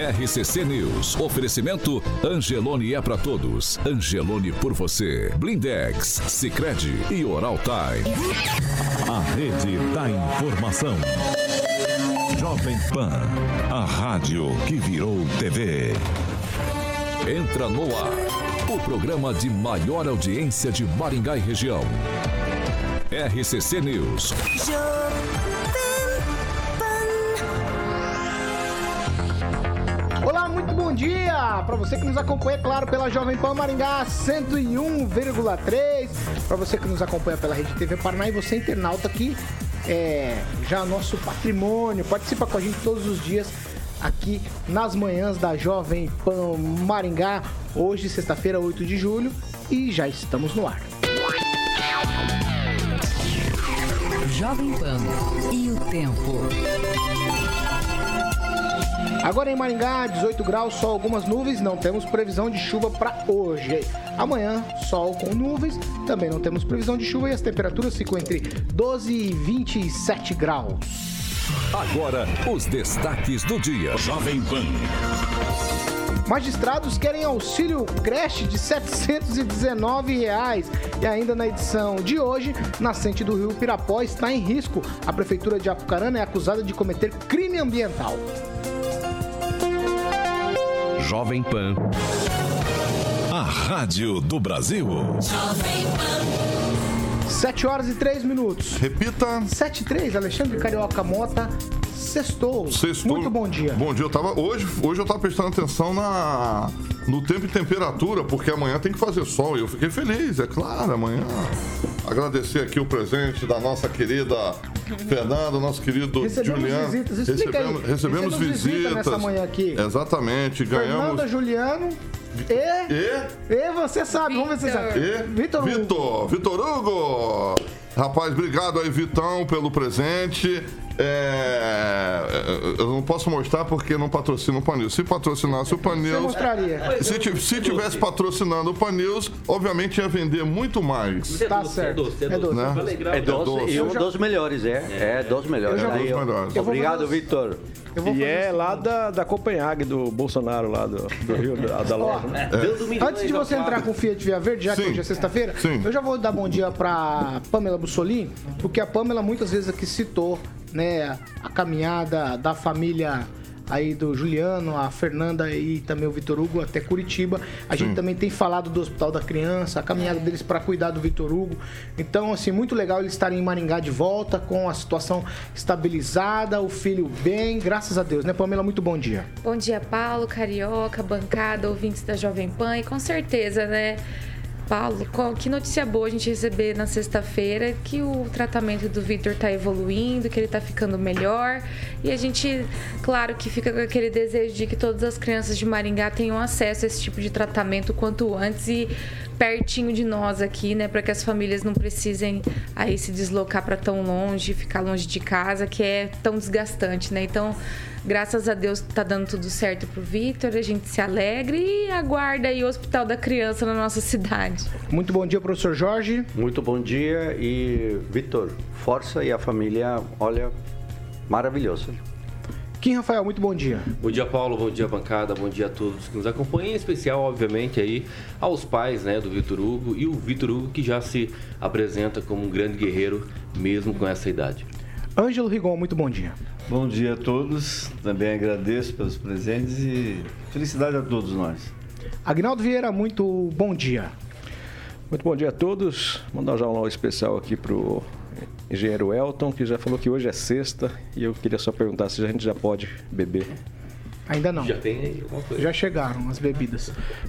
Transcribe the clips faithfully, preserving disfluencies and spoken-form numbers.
R C C News. Oferecimento Angelone é pra todos. Angelone por você. Blindex, Sicredi e Oral Time. A rede da informação. Jovem Pan, a rádio que virou T V. Entra no ar, o programa de maior audiência de Maringá e região. R C C News. Olá, muito bom dia para você que nos acompanha, claro, pela Jovem Pan Maringá cento e um vírgula três, para você que nos acompanha pela Rede T V Paraná e você internauta aqui, é já nosso patrimônio, participa com a gente todos os dias aqui nas manhãs da Jovem Pan Maringá, hoje sexta-feira, oito de julho, e já estamos no ar. Jovem Pan e o tempo. Agora em Maringá, dezoito graus, só algumas nuvens, não temos previsão de chuva para hoje. Amanhã, sol com nuvens, também não temos previsão de chuva e as temperaturas ficam entre doze e vinte e sete graus. Agora, os destaques do dia. Jovem Pan. Magistrados querem auxílio creche de setecentos e dezenove reais. E ainda na edição de hoje, nascente do rio Pirapó está em risco. A prefeitura de Apucarana é acusada de cometer crime ambiental. Jovem Pan. A rádio do Brasil. Jovem Pan. sete horas e três minutos. Repita. sete e três, Alexandre Carioca Mota. Sextou. Sextou. Muito bom dia. Bom dia. Eu tava, hoje, hoje eu tava prestando atenção na, no tempo e temperatura, porque amanhã tem que fazer sol. E eu fiquei feliz, é claro, amanhã. Agradecer aqui o presente da nossa querida Fernanda, nosso querido recebemos Juliano. Visitas. Explica recebemos, aí. recebemos, recebemos visitas. Visita nessa manhã aqui. Exatamente. Ganhamos. Fernanda, Juliano. E, e? E você sabe, vamos ver se você sabe. E? Vitor Hugo. Vitor, Vitor Hugo. Rapaz, obrigado aí, Vitão, pelo presente. É, eu não posso mostrar porque não patrocina o Pan-News. Se patrocinasse o Pan-News... Você mostraria. Se, se tivesse patrocinando o Pan-News, obviamente ia vender muito mais. Tá certo. É doce, né? é doce e um dos melhores, é. É dos melhores. É dos melhores. Obrigado, Vitor. E é lá da, da Copenhague, do Bolsonaro, lá do, do Rio, da, da loja. Né? É. Antes de você entrar com o Fiat Via Verde, já que Sim. hoje é sexta-feira, Sim. eu já vou dar bom dia pra Pamela Bussolini, porque a Pamela muitas vezes aqui citou, né, a caminhada da família aí do Juliano, a Fernanda e também o Vitor Hugo até Curitiba. A gente Sim. também tem falado do Hospital da Criança, a caminhada deles para cuidar do Vitor Hugo. Então, assim, muito legal eles estarem em Maringá de volta, com a situação estabilizada, o filho bem, graças a Deus, né, Pamela? Muito bom dia. Bom dia, Paulo, Carioca, bancada, ouvintes da Jovem Pan, e com certeza, né, Paulo, que notícia boa a gente receber na sexta-feira, que o tratamento do Vitor está evoluindo, que ele está ficando melhor. E a gente, claro, que fica com aquele desejo de que todas as crianças de Maringá tenham acesso a esse tipo de tratamento quanto antes e pertinho de nós aqui, né, para que as famílias não precisem aí se deslocar para tão longe, ficar longe de casa, que é tão desgastante, né? Então, graças a Deus tá dando tudo certo pro Vitor, a gente se alegra e aguarda aí o Hospital da Criança na nossa cidade. Muito bom dia, professor Jorge. Muito bom dia e, Vitor, força e a família, olha, maravilhoso. Kim Rafael, muito bom dia. Bom dia, Paulo, bom dia, bancada, bom dia a todos que nos acompanham, em especial, obviamente, aí aos pais, né, do Vitor Hugo e o Vitor Hugo que já se apresenta como um grande guerreiro, mesmo com essa idade. Ângelo Rigon, muito bom dia. Bom dia a todos, também agradeço pelos presentes e felicidade a todos nós. Agnaldo Vieira, muito bom dia. Muito bom dia a todos. Mandar já um alô especial aqui pro engenheiro Elton, que já falou que hoje é sexta, e eu queria só perguntar se a gente já pode beber. Ainda não. Já tem aí alguma coisa? Já chegaram as bebidas.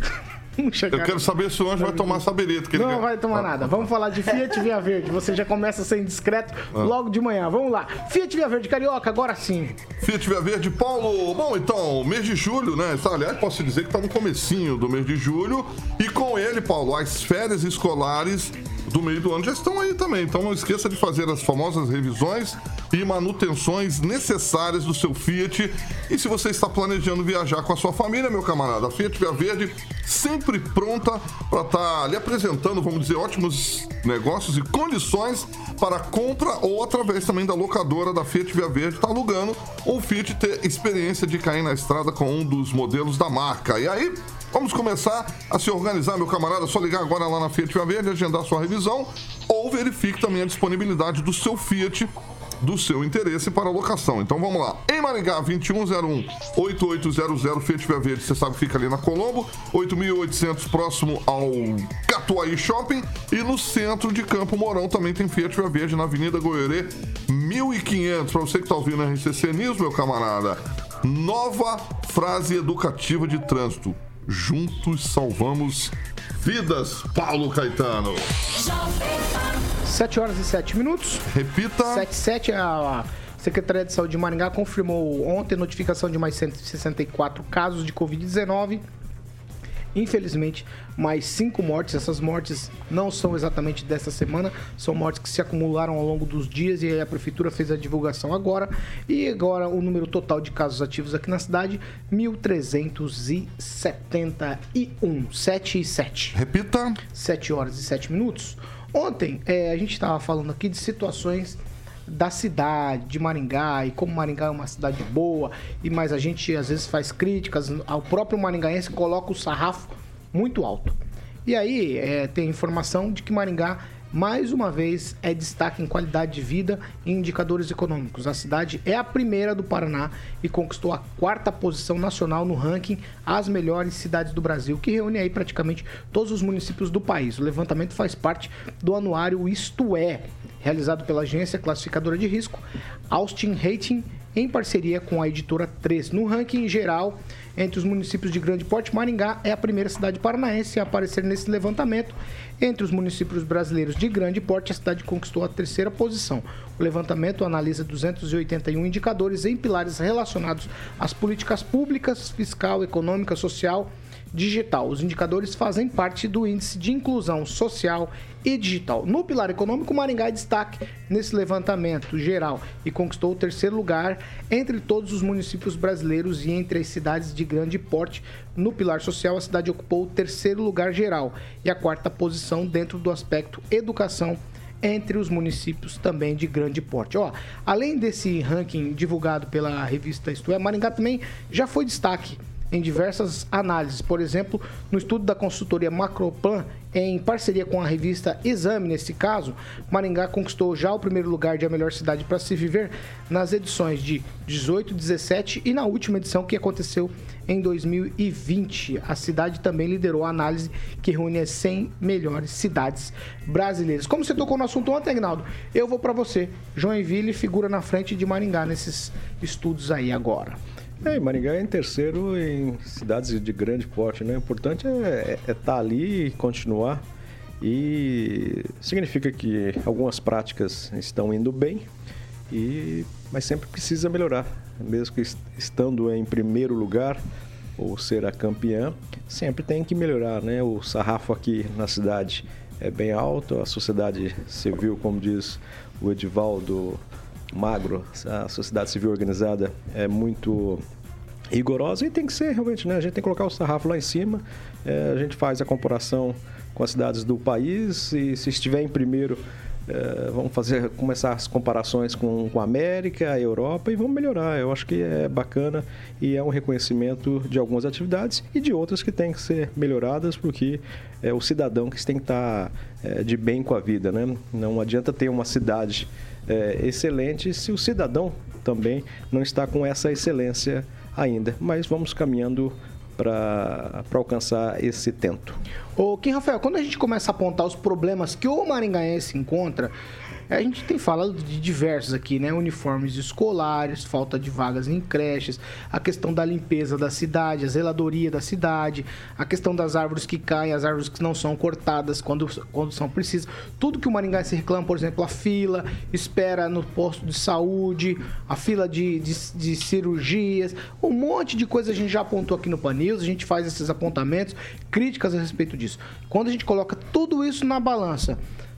Eu quero saber se o Anjo vai tomar saberito. Que não ele... vai tomar nada. Vamos falar de Fiat Via Verde. Você já começa a ser indiscreto logo de manhã. Vamos lá. Fiat Via Verde, Carioca, agora sim. Fiat Via Verde, Paulo. Bom, então, mês de julho, né? Aliás, posso dizer que está no comecinho do mês de julho. E com ele, Paulo, as férias escolares do meio do ano já estão aí também. Então não esqueça de fazer as famosas revisões e manutenções necessárias do seu Fiat. E se você está planejando viajar com a sua família, meu camarada, a Fiat Via Verde sempre pronta para estar lhe apresentando, vamos dizer, ótimos negócios e condições para compra ou através também da locadora da Fiat Via Verde, está alugando ou o Fiat ter experiência de cair na estrada com um dos modelos da marca. E aí, vamos começar a se organizar, meu camarada. É só ligar agora lá na Fiat Via Verde, agendar sua revisão ou verifique também a disponibilidade do seu Fiat, do seu interesse para locação. Então vamos lá. Em Maringá, vinte e um zero um, oito oito zero zero, Fiat Via Verde, você sabe, fica ali na Colombo, oito mil e oitocentos, próximo ao Catuaí Shopping. E no centro de Campo Mourão também tem Fiat Via Verde, na Avenida Goiorê, mil e quinhentos. Para você que está ouvindo a R C C News, meu camarada, nova frase educativa de trânsito: juntos salvamos vidas. Paulo Caetano. sete horas e sete minutos. Repita. sete e sete, a Secretaria de Saúde de Maringá confirmou ontem notificação de mais cento e sessenta e quatro casos de covid dezenove. Infelizmente, mais cinco mortes. Essas mortes não são exatamente dessa semana, são mortes que se acumularam ao longo dos dias e a Prefeitura fez a divulgação agora. E agora o número total de casos ativos aqui na cidade, mil trezentos e setenta e um. sete e sete. Repita. sete horas e sete minutos. Ontem, é, a gente estava falando aqui de situações da cidade, de Maringá, e como Maringá é uma cidade boa, e mas a gente às vezes faz críticas, ao próprio maringaense coloca o sarrafo muito alto. E aí é, tem informação de que Maringá, mais uma vez, é destaque em qualidade de vida e indicadores econômicos. A cidade é a primeira do Paraná e conquistou a quarta posição nacional no ranking As Melhores Cidades do Brasil, que reúne aí praticamente todos os municípios do país. O levantamento faz parte do anuário Isto É, realizado pela agência classificadora de risco Austin Rating, em parceria com a editora três. No ranking geral, entre os municípios de grande porte, Maringá é a primeira cidade paranaense a aparecer nesse levantamento. Entre os municípios brasileiros de grande porte, a cidade conquistou a terceira posição. O levantamento analisa duzentos e oitenta e um indicadores em pilares relacionados às políticas públicas, fiscal, econômica, social, digital. Os indicadores fazem parte do Índice de Inclusão Social e Digital. No pilar econômico, Maringá é destaque nesse levantamento geral e conquistou o terceiro lugar entre todos os municípios brasileiros e entre as cidades de grande porte. No pilar social, a cidade ocupou o terceiro lugar geral e a quarta posição dentro do aspecto educação entre os municípios também de grande porte. Ó, além desse ranking divulgado pela revista Isto É, Maringá também já foi destaque em diversas análises. Por exemplo, no estudo da consultoria Macroplan, em parceria com a revista Exame, nesse caso, Maringá conquistou já o primeiro lugar de a melhor cidade para se viver nas edições de dezoito, dezessete e na última edição que aconteceu em dois mil e vinte. A cidade também liderou a análise que reúne as cem melhores cidades brasileiras. Como você tocou no assunto ontem, Agnaldo, eu vou para você. Joinville figura na frente de Maringá nesses estudos aí agora. É, Maringá é em terceiro em cidades de grande porte, né? O importante é estar é, é tá ali e continuar. E significa que algumas práticas estão indo bem, e, mas sempre precisa melhorar. Mesmo que estando em primeiro lugar ou ser a campeã, sempre tem que melhorar, né? O sarrafo aqui na cidade é bem alto, a sociedade civil, como diz o Edivaldo Magro, a sociedade civil organizada é muito rigorosa e tem que ser realmente, né? A gente tem que colocar o sarrafo lá em cima, é, a gente faz a comparação com as cidades do país e se estiver em primeiro, é, vamos fazer, começar as comparações com, com a América, a Europa, e vamos melhorar. Eu acho que é bacana e é um reconhecimento de algumas atividades e de outras que têm que ser melhoradas, porque é o cidadão que tem que estar é, de bem com a vida, né? Não adianta ter uma cidade É, excelente se o cidadão também não está com essa excelência ainda, mas vamos caminhando para alcançar esse tento. Ô, Kim Rafael, quando a gente começa a apontar os problemas que o maringaense encontra, a gente tem falado de diversos aqui, né? Uniformes escolares, falta de vagas em creches, a questão da limpeza da cidade, a zeladoria da cidade, a questão das árvores que caem, as árvores que não são cortadas quando, quando são precisas. Tudo que o maringaense reclama, por exemplo, a fila, espera no posto de saúde, a fila de, de, de cirurgias, um monte de coisa a gente já apontou aqui no Pan News, a gente faz esses apontamentos, críticas a respeito disso. Quando a gente coloca tudo isso na balança,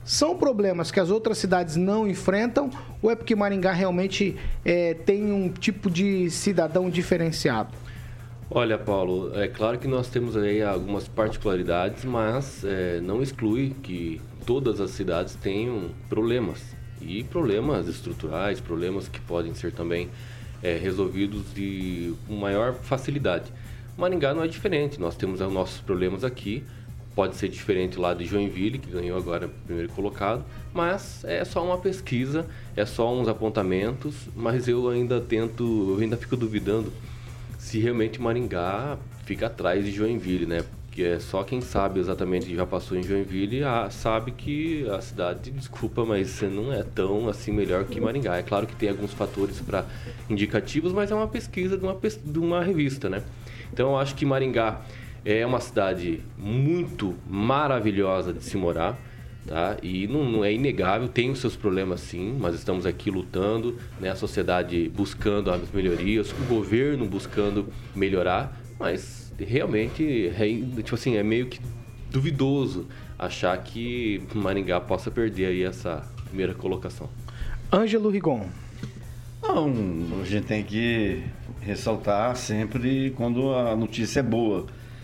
são problemas que as outras cidades não enfrentam ou é porque Maringá realmente é, tem um tipo de cidadão diferenciado? Olha, Paulo, é claro que nós temos aí algumas particularidades, mas é, não exclui que todas as cidades tenham problemas. E problemas estruturais, problemas que podem ser também é, resolvidos de, com maior facilidade. Maringá não é diferente, nós temos os nossos problemas aqui, pode ser diferente lá de Joinville, que ganhou agora o primeiro colocado, mas é só uma pesquisa, é só uns apontamentos, mas eu ainda tento, eu ainda fico duvidando se realmente Maringá fica atrás de Joinville, né? Porque é só quem sabe exatamente que já passou em Joinville ah, sabe que a cidade, desculpa, mas não é tão assim melhor que Maringá. É claro que tem alguns fatores para indicativos, mas é uma pesquisa de uma, de uma revista, né? Então eu acho que Maringá é uma cidade muito maravilhosa de se morar, tá? E não, não é inegável, tem os seus problemas sim, mas estamos aqui lutando, né? A sociedade buscando as melhorias, o governo buscando melhorar, mas realmente é, tipo assim, é meio que duvidoso achar que Maringá possa perder aí essa primeira colocação. Ângelo Rigon. Não, a gente tem que ressaltar sempre quando a notícia é boa.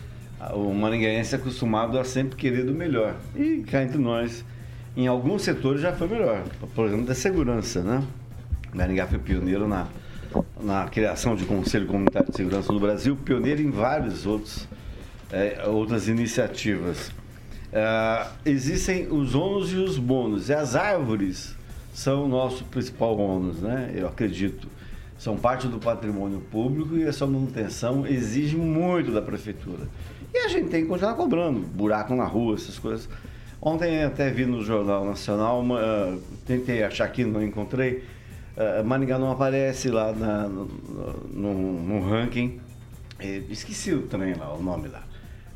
O maringaense é acostumado a sempre querer do melhor. E cá entre nós, em alguns setores já foi melhor. Por exemplo, da segurança, né? Maringá foi pioneiro na, na criação de Conselho Comunitário de Segurança no Brasil, pioneiro em várias outros, é, outras iniciativas. É, existem os ônus e os bônus. E as árvores são o nosso principal ônus, né? Eu acredito. São parte do patrimônio público e a sua manutenção exige muito da prefeitura. E a gente tem que continuar cobrando, buraco na rua, essas coisas. Ontem até vi no Jornal Nacional, uma, uh, tentei achar aqui, não encontrei, uh, Maringá não aparece lá na, no, no, no ranking, é, esqueci também lá, o nome lá.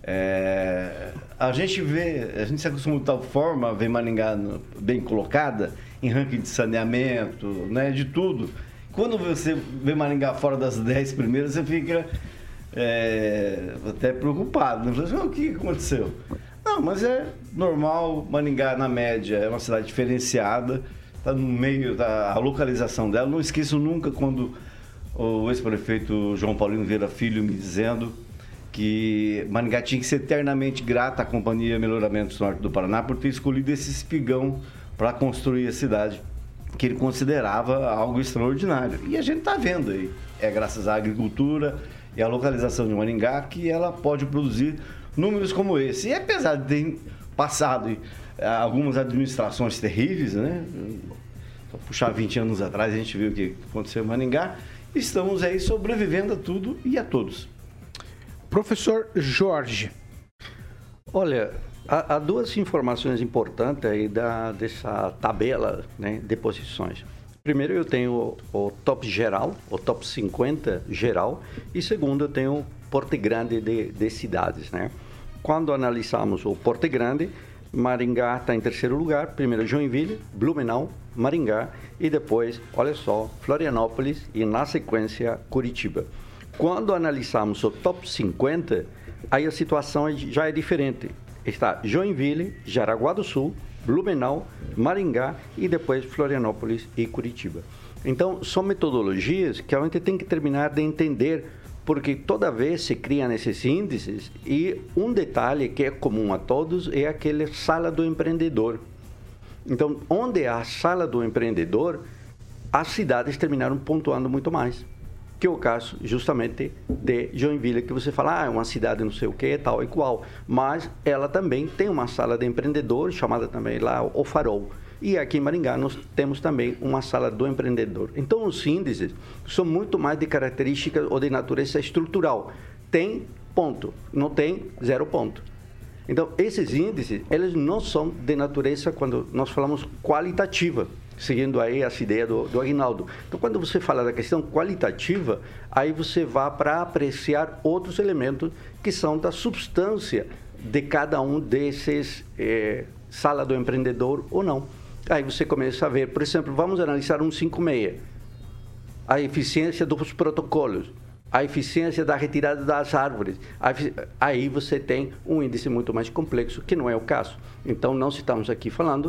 É, a gente vê, a gente se acostuma de tal forma a ver Maringá no, bem colocada em ranking de saneamento, né, de tudo. Quando você vê Maringá fora das dez primeiras, você fica é, até preocupado. Né? O que aconteceu? Não, mas é normal. Maringá, na média, é uma cidade diferenciada. Está no meio da a localização dela. Não esqueço nunca quando o ex-prefeito João Paulino Vieira Filho me dizendo que Maringá tinha que ser eternamente grata à Companhia Melhoramentos Norte do Paraná por ter escolhido esse espigão para construir a cidade, que ele considerava algo extraordinário. E a gente está vendo aí. É graças à agricultura e à localização de Maringá que ela pode produzir números como esse. E apesar de ter passado algumas administrações terríveis, né? Só puxar vinte anos atrás, a gente viu o que aconteceu em Maringá. Estamos aí sobrevivendo a tudo e a todos. Professor Jorge. Olha, há, há duas informações importantes aí da, dessa tabela, né, de posições. Primeiro, eu tenho o, o top geral, o top cinquenta geral, e segundo, eu tenho o porte grande de, de cidades, né? Quando analisamos o porte grande, Maringá está em terceiro lugar, primeiro Joinville, Blumenau, Maringá e depois, olha só, Florianópolis e na sequência Curitiba. Quando analisamos o top cinquenta, aí a situação já é diferente. Está Joinville, Jaraguá do Sul, Blumenau, Maringá e depois Florianópolis e Curitiba. Então, são metodologias que a gente tem que terminar de entender, porque toda vez se criam esses índices e um detalhe que é comum a todos é aquele sala do empreendedor. Então, onde há a sala do empreendedor, as cidades terminaram pontuando muito mais, que é o caso justamente de Joinville, que você fala, ah, é uma cidade não sei o que, tal e qual, mas ela também tem uma sala de empreendedor, chamada também lá o Farol. E aqui em Maringá nós temos também uma sala do empreendedor. Então os índices são muito mais de características ou de natureza estrutural. Tem ponto, não tem zero ponto. Então esses índices, eles não são de natureza, quando nós falamos qualitativa, seguindo aí essa ideia do, do Aguinaldo. Então, quando você fala da questão qualitativa, aí você vai para apreciar outros elementos que são da substância de cada um desses eh, sala do empreendedor ou não. Aí você começa a ver, por exemplo, vamos analisar um cinco seis, a eficiência dos protocolos, a eficiência da retirada das árvores. Aí você tem um índice muito mais complexo, que não é o caso. Então, não estamos aqui falando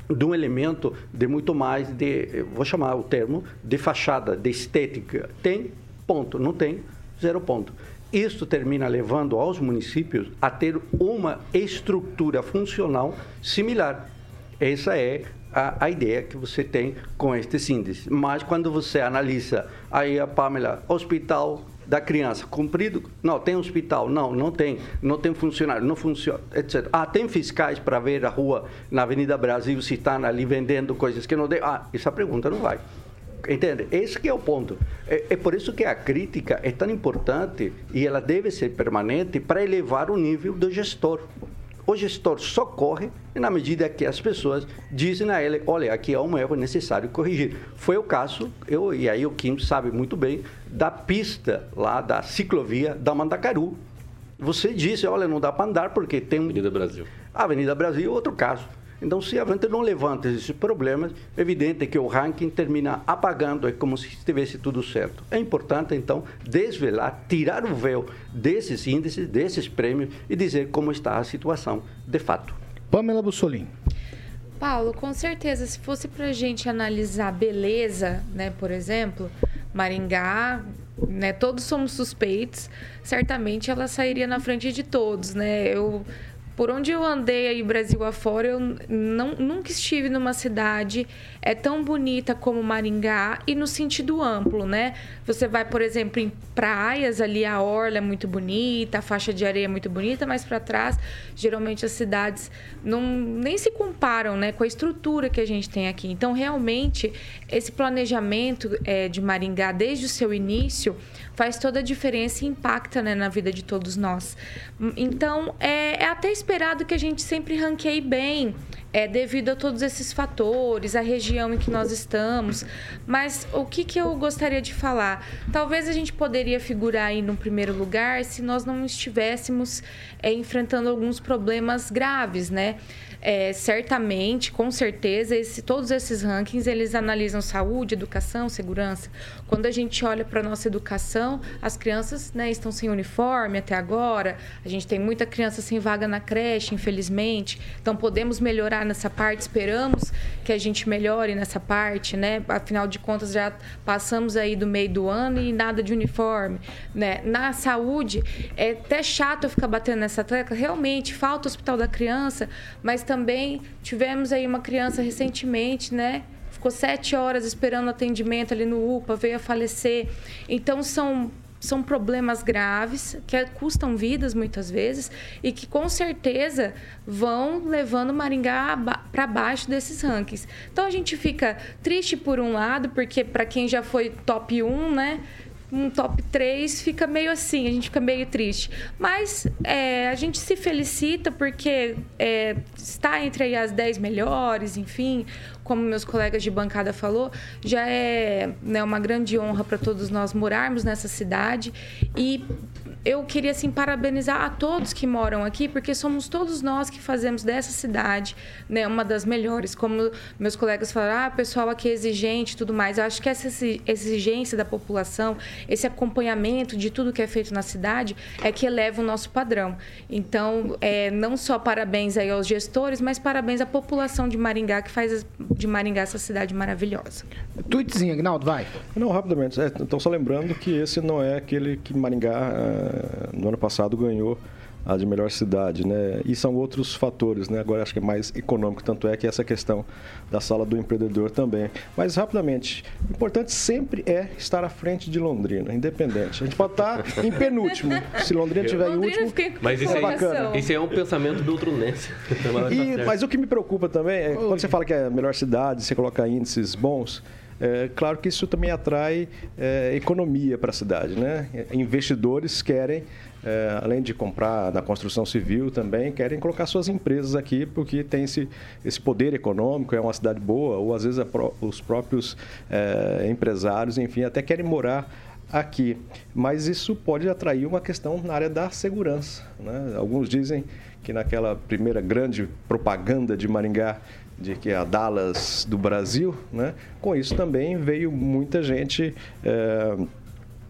de um elemento de muito mais de, vou chamar o termo, de fachada, de estética. Tem ponto, não tem, zero ponto. Isso termina levando aos municípios a ter uma estrutura funcional similar. Essa é a, a ideia que você tem com estes índices. Mas quando você analisa, aí a Pamela, hospital da criança, cumprido? Não, tem hospital? Não, não tem. Não tem funcionário, não funciona, etcétera. Ah, tem fiscais para ver a rua na Avenida Brasil se estão ali vendendo coisas que não tem? Ah, essa pergunta não vai. Entende? Esse que é o ponto. É, é por isso que a crítica é tão importante e ela deve ser permanente para elevar o nível do gestor. O gestor só corre na medida que as pessoas dizem a ele, olha, aqui é um erro necessário corrigir. Foi o caso, eu, e aí o Kim sabe muito bem, da pista lá da ciclovia da Mandacaru. Você disse, olha, não dá para andar porque tem... Avenida Brasil. A Avenida Brasil é outro caso. Então, se a gente não levanta esses problemas, é evidente que o ranking termina apagando, é como se estivesse tudo certo. É importante, então, desvelar, tirar o véu desses índices, desses prêmios e dizer como está a situação de fato. Pamela Bussolini. Paulo, com certeza, se fosse para a gente analisar beleza, né, por exemplo, Maringá, né, todos somos suspeitos, certamente ela sairia na frente de todos, né? Eu... Por onde eu andei aí Brasil afora, eu não, nunca estive numa cidade é, tão bonita como Maringá e no sentido amplo, né? Você vai, por exemplo, em praias, ali a orla é muito bonita, a faixa de areia é muito bonita, mas para trás, geralmente as cidades não, nem se comparam, né, com a estrutura que a gente tem aqui. Então, realmente, esse planejamento é, de Maringá, desde o seu início, faz toda a diferença e impacta, né, na vida de todos nós. Então, é, é até esperado que a gente sempre ranqueie bem, é, devido a todos esses fatores, a região em que nós estamos. Mas o que, que eu gostaria de falar? Talvez a gente poderia figurar aí no primeiro lugar se nós não estivéssemos é, enfrentando alguns problemas graves, né? É, certamente, com certeza, esse, todos esses rankings, eles analisam saúde, educação, segurança. Quando a gente olha para a nossa educação, as crianças, né, estão sem uniforme até agora, a gente tem muita criança sem vaga na creche, infelizmente, então podemos melhorar nessa parte, esperamos que a gente melhore nessa parte, né? Afinal de contas, já passamos aí do meio do ano e nada de uniforme, né? Na saúde, é até chato eu ficar batendo nessa tecla, realmente falta o hospital da criança, mas também tivemos aí uma criança recentemente, né? Ficou sete horas esperando atendimento ali no U P A, veio a falecer. Então, são, são problemas graves que custam vidas muitas vezes e que, com certeza, vão levando Maringá para baixo desses rankings. Então, a gente fica triste por um lado, porque para quem já foi top um, né? Um top três fica meio assim, a gente fica meio triste. Mas é, a gente se felicita porque é, está entre aí as dez melhores, enfim, como meus colegas de bancada falou, já é, né, uma grande honra para todos nós morarmos nessa cidade. E eu queria, assim, parabenizar a todos que moram aqui, porque somos todos nós que fazemos dessa cidade, né, uma das melhores. Como meus colegas falaram, ah, o pessoal aqui é exigente e tudo mais. Eu acho que essa exigência da população, esse acompanhamento de tudo que é feito na cidade, é que eleva o nosso padrão. Então, é, não só parabéns aí aos gestores, mas parabéns à população de Maringá, que faz de Maringá essa cidade maravilhosa. Tweetzinho, Agnaldo, vai. Não, rapidamente. É, então, só lembrando que esse não é aquele que Maringá... Uh, no ano passado ganhou a de melhor cidade, né? E são outros fatores, né? Agora acho que é mais econômico, tanto é que essa questão da sala do empreendedor também. Mas rapidamente, o importante sempre é estar à frente de Londrina, independente. A gente pode estar em penúltimo, se Londrina estiver em último. Mas isso é aí, bacana. Esse é um pensamento beltrunense. E, mas o que me preocupa também é quando você fala que é a melhor cidade, você coloca índices bons. É claro que isso também atrai é, economia para a cidade, né? Investidores querem, é, além de comprar na construção civil também, querem colocar suas empresas aqui porque tem esse, esse poder econômico, é uma cidade boa, ou às vezes pró- os próprios é, empresários, enfim, até querem morar aqui. Mas isso pode atrair uma questão na área da segurança, né? Alguns dizem que naquela primeira grande propaganda de Maringá, de que é a Dallas do Brasil, né? Com isso também veio muita gente é,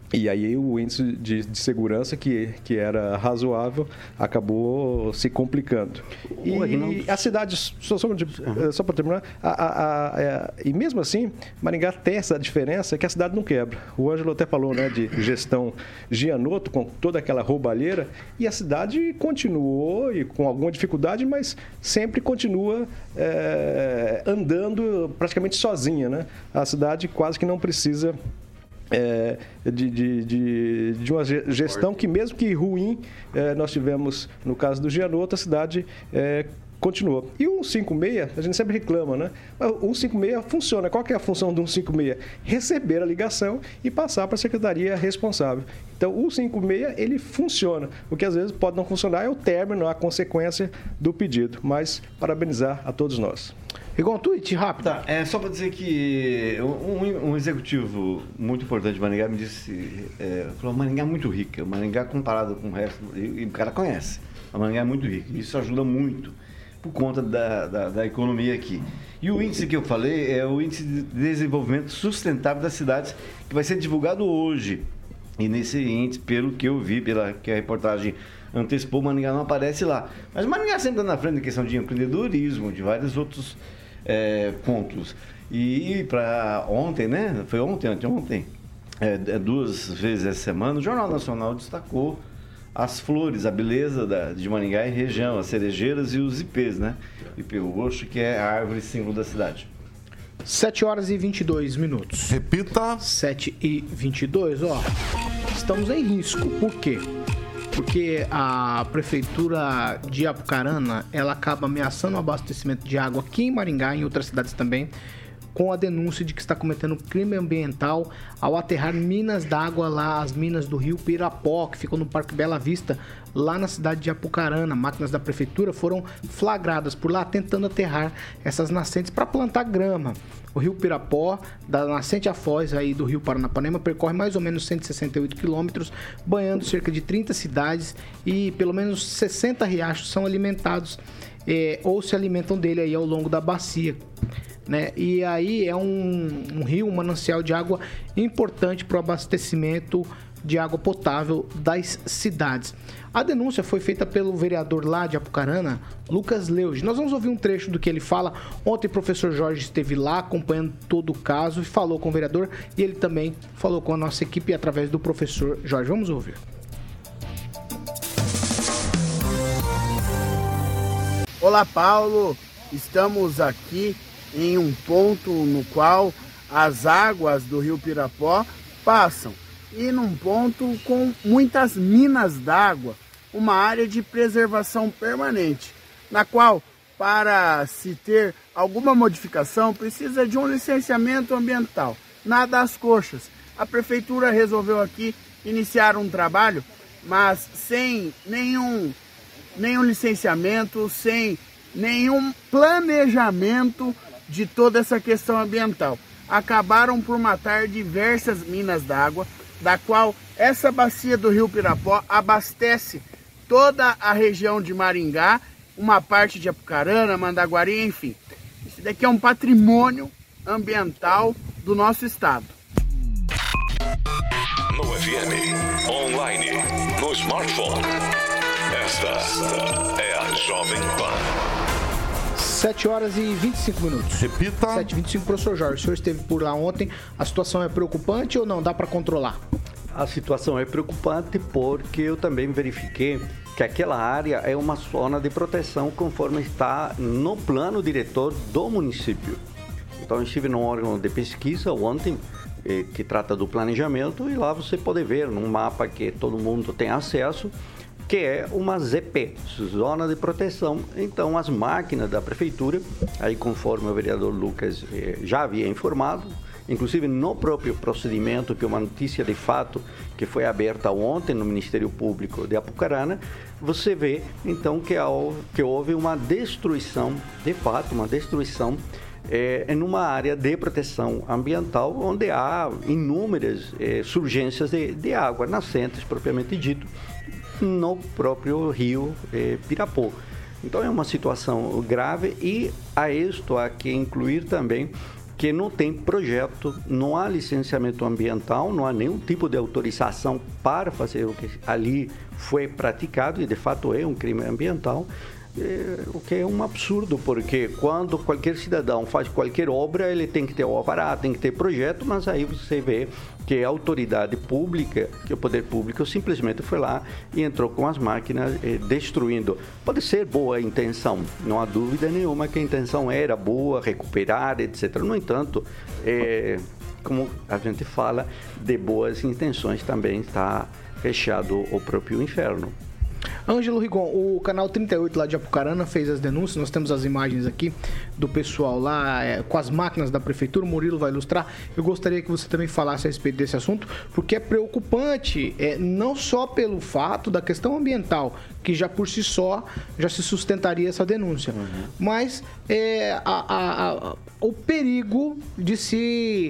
E aí o índice de, de segurança, que, que era razoável, acabou se complicando. E a cidade, só, só, só para terminar, a, a, a, a, e mesmo assim, Maringá tem essa diferença que a cidade não quebra. O Ângelo até falou, né, de gestão Gianotto, com toda aquela roubalheira, e a cidade continuou, e com alguma dificuldade, mas sempre continua é, andando praticamente sozinha, né? A cidade quase que não precisa... É, de, de, de, de uma gestão que, mesmo que ruim, é, nós tivemos, no caso do Gianotto, a cidade é, continuou. E o cento e cinquenta e seis, a gente sempre reclama, né? O cento e cinquenta e seis funciona. Qual que é a função do cento e cinquenta e seis? Receber a ligação e passar para a secretaria responsável. Então, o cento e cinquenta e seis, ele funciona. O que às vezes pode não funcionar é o término, a consequência do pedido. Mas, parabenizar a todos nós. Igual um tweet rápido. Tá, é só para dizer que um, um executivo muito importante de Maringá me disse, é, falou, Maringá é muito rica, Maringá comparado com o resto, e, e o cara conhece, a Maringá é muito rica, isso ajuda muito por conta da, da, da economia aqui. E o índice que eu falei é o índice de desenvolvimento sustentável das cidades, que vai ser divulgado hoje. E nesse índice, pelo que eu vi, pela que a reportagem antecipou, Maringá não aparece lá. Mas Maringá sempre está na frente da questão de empreendedorismo, de vários outros É, pontos. E para ontem, né? Foi ontem, ontem, ontem, é, duas vezes essa semana, o Jornal Nacional destacou as flores, a beleza da, de Maringá e região, as cerejeiras e os ipês, né? Ipê roxo, que é a árvore símbolo da cidade. sete horas e vinte e dois minutos. Repita. sete e vinte e dois, ó. Estamos em risco. Por quê? Porque a prefeitura de Apucarana, ela acaba ameaçando o abastecimento de água aqui em Maringá e em outras cidades também, com a denúncia de que está cometendo crime ambiental ao aterrar minas d'água lá, as minas do rio Pirapó, que ficam no Parque Bela Vista, lá na cidade de Apucarana. Máquinas da prefeitura foram flagradas por lá tentando aterrar essas nascentes para plantar grama. O rio Pirapó, da nascente à foz aí do rio Paranapanema, percorre mais ou menos cento e sessenta e oito quilômetros, banhando cerca de trinta cidades e pelo menos sessenta riachos são alimentados é, ou se alimentam dele aí ao longo da bacia. Né? E aí é um, um rio, um manancial de água importante para o abastecimento de água potável das cidades. A denúncia foi feita pelo vereador lá de Apucarana, Lucas Leuge. Nós vamos ouvir um trecho do que ele fala. Ontem o professor Jorge esteve lá acompanhando todo o caso e falou com o vereador, e ele também falou com a nossa equipe através do professor Jorge. Vamos ouvir. Olá, Paulo. Estamos aqui em um ponto no qual as águas do rio Pirapó passam, e num ponto com muitas minas d'água, uma área de preservação permanente, na qual, para se ter alguma modificação, precisa de um licenciamento ambiental. Nada às coxas. A prefeitura resolveu aqui iniciar um trabalho, mas sem nenhum, nenhum licenciamento, sem nenhum planejamento de toda essa questão ambiental. Acabaram por matar diversas minas d'água, da qual essa bacia do rio Pirapó abastece toda a região de Maringá, uma parte de Apucarana, Mandaguari, enfim. Isso daqui é um patrimônio ambiental do nosso estado. No F M, online, no smartphone. Esta é a Jovem Pan. sete horas e vinte e cinco minutos. Repita. sete e vinte e cinco, professor Jorge. O senhor esteve por lá ontem. A situação é preocupante ou não? Dá para controlar? A situação é preocupante porque eu também verifiquei que aquela área é uma zona de proteção conforme está no plano diretor do município. Então, eu estive num órgão de pesquisa ontem, eh, que trata do planejamento, e lá você pode ver num mapa que todo mundo tem acesso, que é uma Z P, Zona de Proteção. Então, as máquinas da prefeitura, aí conforme o vereador Lucas eh, já havia informado, inclusive no próprio procedimento, que é uma notícia de fato que foi aberta ontem no Ministério Público de Apucarana, você vê então que, que houve uma destruição, de fato, uma destruição é, em uma área de proteção ambiental, onde há inúmeras é, surgências de, de água, nascentes propriamente dito, no próprio rio é, Pirapó. Então é uma situação grave, e a isto há que incluir também que não tem projeto, não há licenciamento ambiental, não há nenhum tipo de autorização para fazer o que ali foi praticado, e de fato é um crime ambiental, é, o que é um absurdo, porque quando qualquer cidadão faz qualquer obra, ele tem que ter o alvará, tem que ter projeto, mas aí você vê que a autoridade pública, que o poder público simplesmente foi lá e entrou com as máquinas eh, destruindo. Pode ser boa a intenção, não há dúvida nenhuma que a intenção era boa, recuperar, etcétera. No entanto, eh, como a gente fala, de boas intenções também está fechado o próprio inferno. Ângelo Rigon, o canal trinta e oito lá de Apucarana fez as denúncias, nós temos as imagens aqui do pessoal lá é, com as máquinas da prefeitura, o Murilo vai ilustrar. Eu gostaria que você também falasse a respeito desse assunto, porque é preocupante, é, não só pelo fato da questão ambiental, que já por si só já se sustentaria essa denúncia, uhum. mas é, a, a, a, o perigo de se...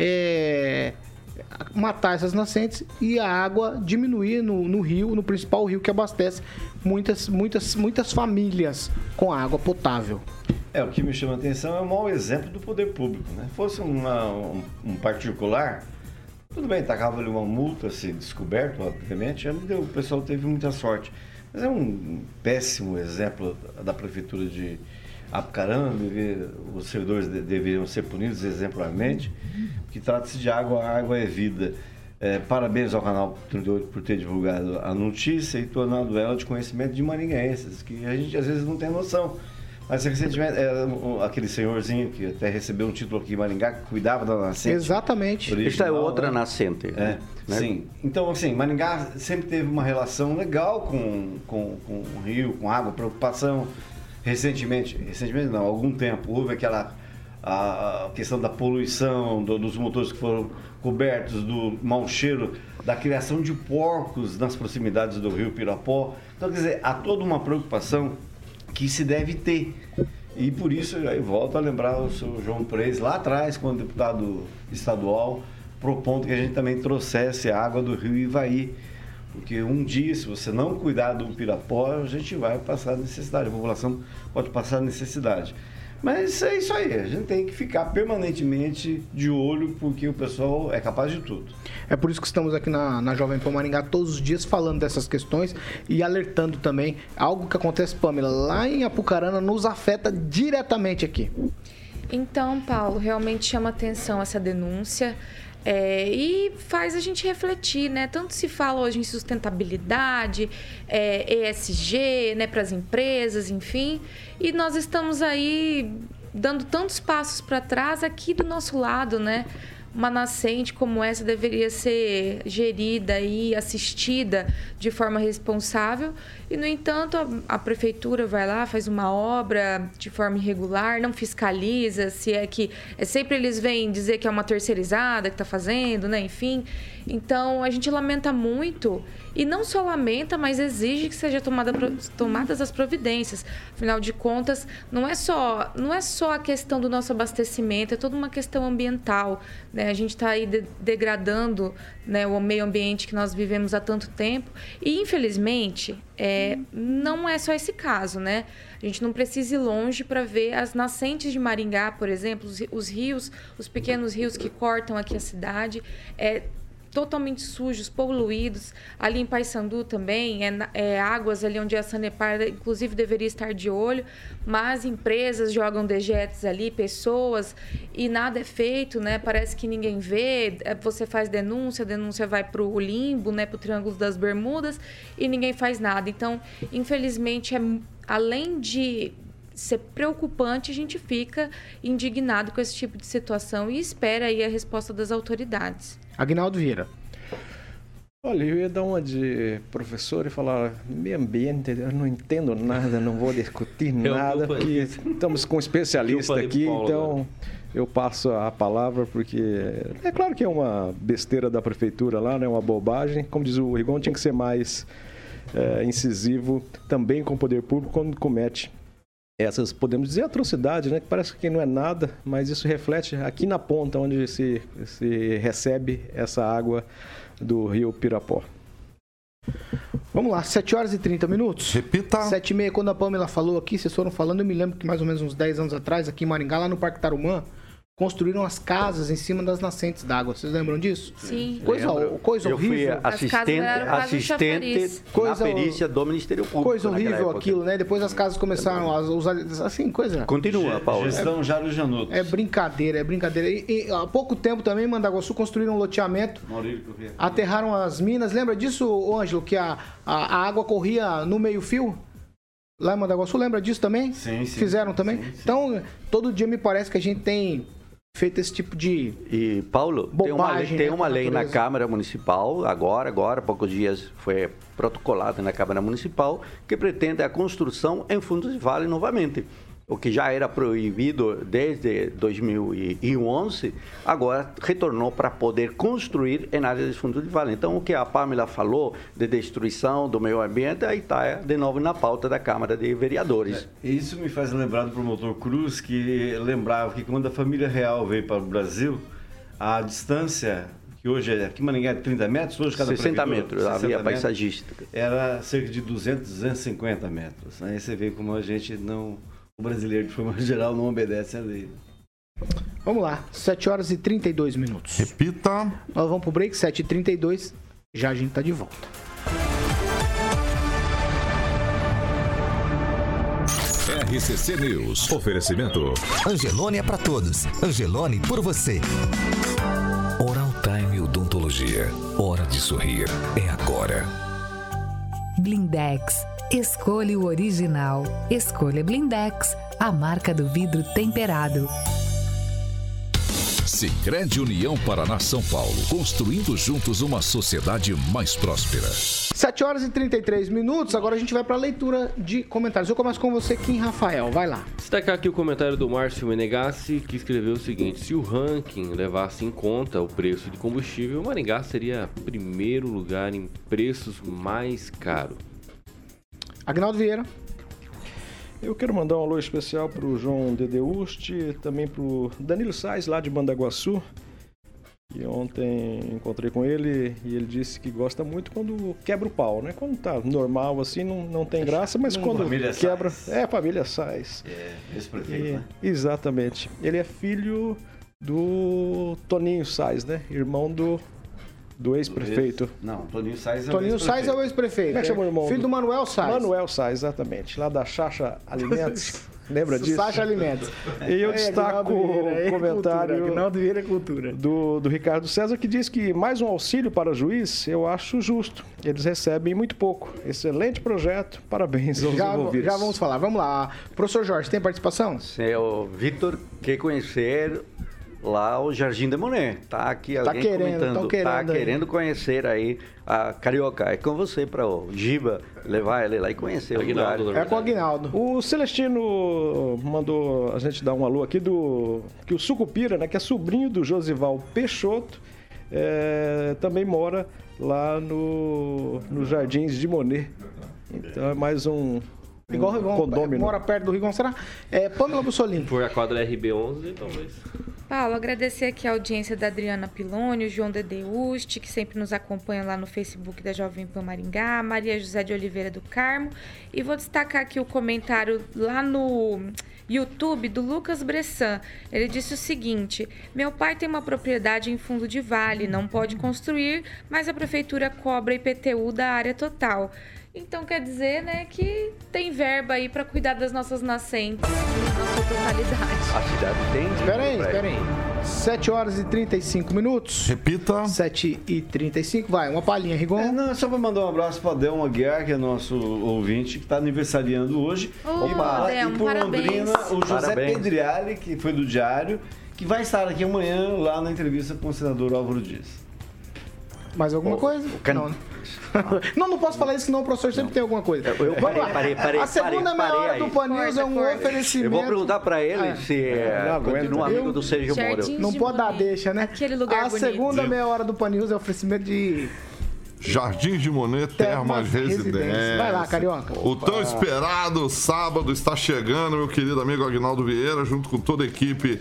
É, matar essas nascentes e a água diminuir no, no rio, no principal rio que abastece muitas, muitas, muitas famílias com água potável. É, o que me chama a atenção é o mau exemplo do poder público, né? Fosse uma, um, um particular, tudo bem, tacava ali uma multa, se descoberto, obviamente, o pessoal teve muita sorte. Mas é um péssimo exemplo da prefeitura de Apucarana, os servidores deveriam ser punidos exemplarmente, que trata-se de água, a água é vida. É, parabéns ao canal trinta e oito por ter divulgado a notícia e tornado ela de conhecimento de maringaenses, que a gente às vezes não tem noção. Mas recentemente, é, aquele senhorzinho que até recebeu um título aqui em Maringá, que cuidava da nascente. Exatamente. Original, esta é outra né? nascente. É, né? Sim. Então, assim, Maringá sempre teve uma relação legal com, com, com o rio, com água, preocupação. Recentemente, recentemente não, há algum tempo, houve aquela a questão da poluição, do, dos motores que foram cobertos, do mau cheiro, da criação de porcos nas proximidades do rio Pirapó. Então, quer dizer, há toda uma preocupação que se deve ter. E por isso, aí volto a lembrar o senhor João Preis, lá atrás, quando deputado estadual, propondo que a gente também trouxesse a água do rio Ivaí. Porque um dia, se você não cuidar do Pirapó, a gente vai passar necessidade, a população pode passar necessidade. Mas é isso aí, a gente tem que ficar permanentemente de olho, porque o pessoal é capaz de tudo. É por isso que estamos aqui na, na Jovem Pan Maringá todos os dias falando dessas questões e alertando também. Algo que acontece, Pamela, lá em Apucarana nos afeta diretamente aqui. Então, Paulo, realmente chama atenção essa denúncia. É, e faz a gente refletir, né? Tanto se fala hoje em sustentabilidade, é, E S G, né, para as empresas, enfim. E nós estamos aí dando tantos passos para trás aqui do nosso lado, né? Uma nascente como essa deveria ser gerida e assistida de forma responsável. E, no entanto, a, a prefeitura vai lá, faz uma obra de forma irregular, não fiscaliza, se é que... É, sempre eles vêm dizer que é uma terceirizada que está fazendo, né? Enfim. Então, a gente lamenta muito, e não só lamenta, mas exige que sejam tomada, tomadas as providências. Afinal de contas, não é só, não é só a questão do nosso abastecimento, é toda uma questão ambiental, né? A gente está aí de, degradando, né, o meio ambiente que nós vivemos há tanto tempo. E, infelizmente, é, não é só esse caso, né? A gente não precisa ir longe para ver as nascentes de Maringá, por exemplo, os, os rios, os pequenos rios que cortam aqui a cidade, é, totalmente sujos, poluídos. Ali em Paissandu também, é, é águas ali onde a Sanepar, inclusive, deveria estar de olho, mas empresas jogam dejetos ali, pessoas, e nada é feito, né? Parece que ninguém vê, você faz denúncia, a denúncia vai para o limbo, né? Para o Triângulo das Bermudas, e ninguém faz nada. Então, infelizmente, é, além de ser preocupante, a gente fica indignado com esse tipo de situação e espera aí a resposta das autoridades. Aguinaldo Vieira. Olha, eu ia dar uma de professor e falar, meio ambiente, eu não entendo nada, não vou discutir nada, porque estamos com um especialista aqui, então eu passo a palavra, porque é claro que é uma besteira da prefeitura lá, né, uma bobagem, como diz o Rigon, tinha que ser mais é, incisivo também com o poder público quando comete essas, podemos dizer, atrocidades, né? Que parece que não é nada, mas isso reflete aqui na ponta onde se, se recebe essa água do rio Pirapó. Vamos lá, sete horas e trinta minutos. Repita. sete e meia, quando a Pamela falou aqui, vocês foram falando, eu me lembro que mais ou menos uns dez anos atrás, aqui em Maringá, lá no Parque Tarumã, construíram as casas em cima das nascentes d'água. Vocês lembram disso? Sim. Coisa, coisa Eu horrível. fui assistente, assistente coisa, na perícia do Ministério Público. Coisa horrível aquilo, né? Depois as casas começaram a usar, assim, coisa... Continua, Paulo. Gestão Jário Janotto. É brincadeira, é brincadeira. E, e há pouco tempo também, Mandaguaçu construíram um loteamento, aterraram as minas. Lembra disso, ô Ângelo, que a, a, a água corria no meio-fio? Lá em Mandaguaçu, lembra disso também? Sim, sim. Fizeram também? Sim, sim. Então, todo dia me parece que a gente tem feito esse tipo de E, Paulo, tem uma lei, bobagem, tem né, uma com a lei na natureza. Câmara Municipal, agora, agora, há poucos dias foi protocolada na Câmara Municipal, que pretende a construção em fundos de vale novamente. O que já era proibido desde dois mil e onze, agora retornou para poder construir em áreas de fundo de vale. Então, o que a Pamela falou de destruição do meio ambiente, aí está de novo na pauta da Câmara de Vereadores. É, isso me faz lembrar do promotor Cruz, que lembrava que quando a família real veio para o Brasil, a distância, que hoje é aqui em Maringá é trinta metros, hoje cada sessenta prefeitura, metros, sessenta a via metros, paisagística. era cerca de duzentos, duzentos e cinquenta metros. Aí você vê como a gente não... O brasileiro, de forma geral, não obedece à lei. Vamos lá, sete horas e trinta e dois minutos. Repita. Nós vamos pro break, sete e trinta e dois. Já a gente tá de volta. R C C News. Oferecimento. Angelone é pra todos. Angelone por você. Oral Time Odontologia. Hora de sorrir. É agora. Blindex. Escolha o original. Escolha Blindex, a marca do vidro temperado. Sicredi União Paraná São Paulo. Construindo juntos uma sociedade mais próspera. sete horas e trinta e três minutos. Agora a gente vai para a leitura de comentários. Eu começo com você, Kim Rafael. Vai lá. Destacar aqui o comentário do Márcio Menegassi, que escreveu o seguinte: se o ranking levasse em conta o preço de combustível, Maringá seria primeiro lugar em preços mais caros. Agnaldo Vieira. Eu quero mandar um alô especial para o João Dedeusti, também para o Danilo Sais, lá de Mandaguaçu. E ontem encontrei com ele e ele disse que gosta muito quando quebra o pau, né? Quando tá normal assim, não, não tem graça, mas quando família quebra... Sais. É, família Sais. É, ex-prefeito, E- né? Exatamente. Ele é filho do Toninho Sais, né? Irmão do, do ex-prefeito. Não, Toninho Sais é o Toninho Sais é o ex-prefeito. Como é que chama o irmão? Filho do Manuel Sais. Manuel Sais, exatamente. Lá da Chacha Alimentos. Lembra disso? Sacha Alimentos. E eu É, destaco Agnaldo Vieira, é o comentário cultura, Agnaldo Vieira é cultura. do, do Ricardo César, que diz que mais um auxílio para juiz eu acho justo. Eles recebem muito pouco. Excelente projeto. Parabéns aos Já, envolvidos. já vamos falar. Vamos lá. Professor Jorge, tem participação? Seu Vitor quer conhecer lá o Jardim de Monet. Tá aqui Tá alguém querendo, comentando. tão querendo tá aí. querendo conhecer aí a Carioca. É com você para o Giba levar ele lá e conhecer o lugar. Aguinaldo, É com o Aguinaldo. O Celestino mandou a gente dar um alô aqui do que o Sucupira, né, que é sobrinho do Josival Peixoto, é, também mora lá no, nos Jardins de Monet. Então é mais um, Igual o um Rigon, condômino. mora perto do Rigon, será? É, Pamela Bussolini. Por a quadra R B onze, talvez. Paulo, agradecer aqui a audiência da Adriana Piloni, o João Dedeusti, que sempre nos acompanha lá no Facebook da Jovem Pan Maringá, Maria José de Oliveira do Carmo. E vou destacar aqui o comentário lá no YouTube do Lucas Bressan. Ele disse o seguinte: meu pai tem uma propriedade em fundo de vale, não pode construir, mas a prefeitura cobra I P T U da área total. Então quer dizer, né, que tem verba aí para cuidar das nossas nascentes na sua totalidade. A cidade tem. Espera aí, espera aí. sete horas e trinta e cinco minutos. Repita. sete e trinta e cinco. Vai, uma palhinha, Rigon. É, não, é só para mandar um abraço para Delmo Aguiar, que é nosso ouvinte, que está aniversariando hoje. Ô, e, Delmo, e por parabéns. Londrina, o José Parabéns. Pedriali, que foi do Diário, que vai estar aqui amanhã lá na entrevista com o senador Álvaro Dias. Mais alguma O- coisa? o can- Não, né? não, não posso falar isso, senão o professor sempre tem alguma coisa. Eu- eu parei, Vamos lá. parei, parei, A segunda parei, meia parei hora aí. do Pan News é um Corta, corta. oferecimento. Eu vou perguntar para ele Ah, se é, não aguenta. continua amigo Eu- do Sérgio Moro. Jardim Não de pode dar Monet. deixa, né? Aquele lugar A bonito. segunda meia hora do Pan News é oferecimento de Jardim de Monet, Termas Residência. Vai lá, Carioca. O tão esperado sábado está chegando, meu querido amigo Agnaldo Vieira, junto com toda a equipe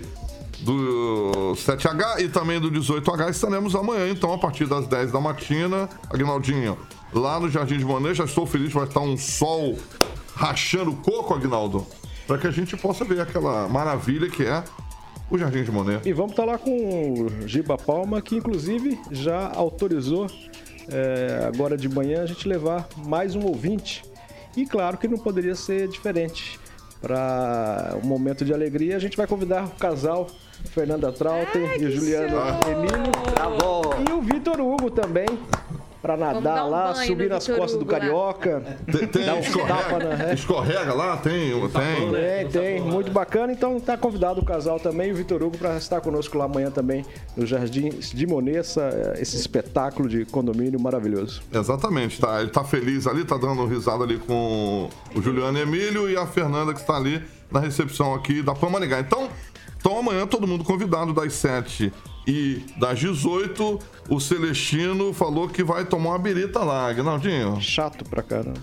do sete H e também do dezoito H. Estaremos amanhã, então, a partir das dez da matina. Agnaldinho, lá no Jardim de Monet, já estou feliz, vai estar um sol rachando o coco, Agnaldo, para que a gente possa ver aquela maravilha que é o Jardim de Monet. E vamos estar lá com o Giba Palma, que inclusive já autorizou é, agora de manhã a gente levar mais um ouvinte. E claro que não poderia ser diferente. Para um momento de alegria, a gente vai convidar o casal Fernanda Trautem e Juliano Emílio. Bravo. E o Vitor Hugo também. Pra nadar um lá, subir nas costas Hugo do Carioca. Tem, tem dar um escorrega, tapa na... escorrega lá, tem, tem. Tem, tem. Muito bacana. Então tá convidado o casal também, o Vitor Hugo, para estar conosco lá amanhã também no Jardim de Monet, esse espetáculo de condomínio maravilhoso. Exatamente, tá? Ele tá feliz ali, tá dando risada ali com o Juliano Emílio e a Fernanda que está ali na recepção aqui da Pan Maringá. Então, então amanhã todo mundo convidado das sete e das dezoito, o Celestino falou que vai tomar uma birita lá, Aguinaldinho. Chato pra caramba.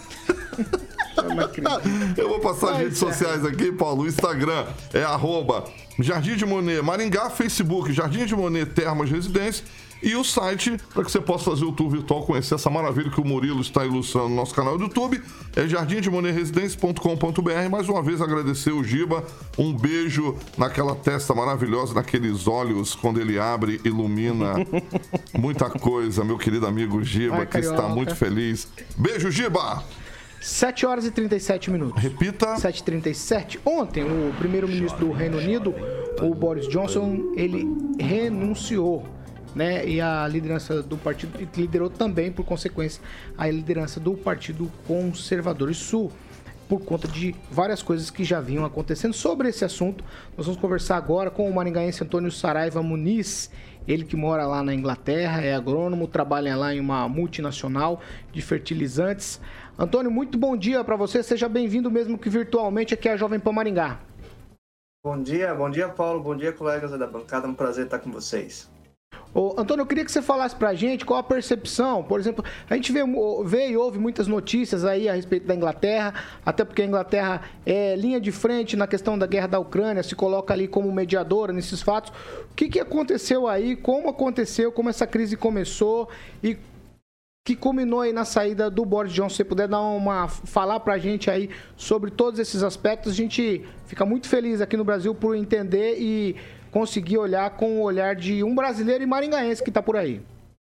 Eu vou passar as redes sociais aqui, Paulo. O Instagram é arroba Jardim de Monet Maringá, Facebook Jardim de Monet Termas Residência e o site para que você possa fazer o tour virtual, conhecer essa maravilha que o Murilo está ilustrando no nosso canal do YouTube, é jardim de monet residência ponto com ponto b r. Mais uma vez agradecer o Giba, um beijo naquela testa maravilhosa, naqueles olhos, quando ele abre, ilumina muita coisa, meu querido amigo Giba, Ai, que está muito feliz. Beijo, Giba! sete horas e trinta e sete minutos. Repita. sete e trinta e sete. Ontem, o primeiro-ministro do Reino Unido, o Boris Johnson, ele renunciou, né? E a liderança do partido liderou também, por consequência, a liderança do Partido Conservador. Isso por conta de várias coisas que já vinham acontecendo. Sobre esse assunto, nós vamos conversar agora com o maringaense Antônio Saraiva Muniz. Ele que mora lá na Inglaterra, é agrônomo, trabalha lá em uma multinacional de fertilizantes. Antônio, muito bom dia para você. Seja bem-vindo, mesmo que virtualmente, aqui à Jovem Pan Maringá. Bom dia, bom dia, Paulo. Bom dia, colegas da bancada. É um prazer estar com vocês. Ô, Antônio, eu queria que você falasse pra gente qual a percepção, por exemplo, a gente vê, vê e ouve muitas notícias aí a respeito da Inglaterra, até porque a Inglaterra é linha de frente na questão da guerra da Ucrânia, se coloca ali como mediadora nesses fatos. O que, que aconteceu aí, como aconteceu, como essa crise começou e que culminou aí na saída do Boris Johnson? Se você puder dar uma, falar pra gente aí sobre todos esses aspectos, a gente fica muito feliz aqui no Brasil por entender e conseguir olhar com o olhar de um brasileiro e maringaense que está por aí.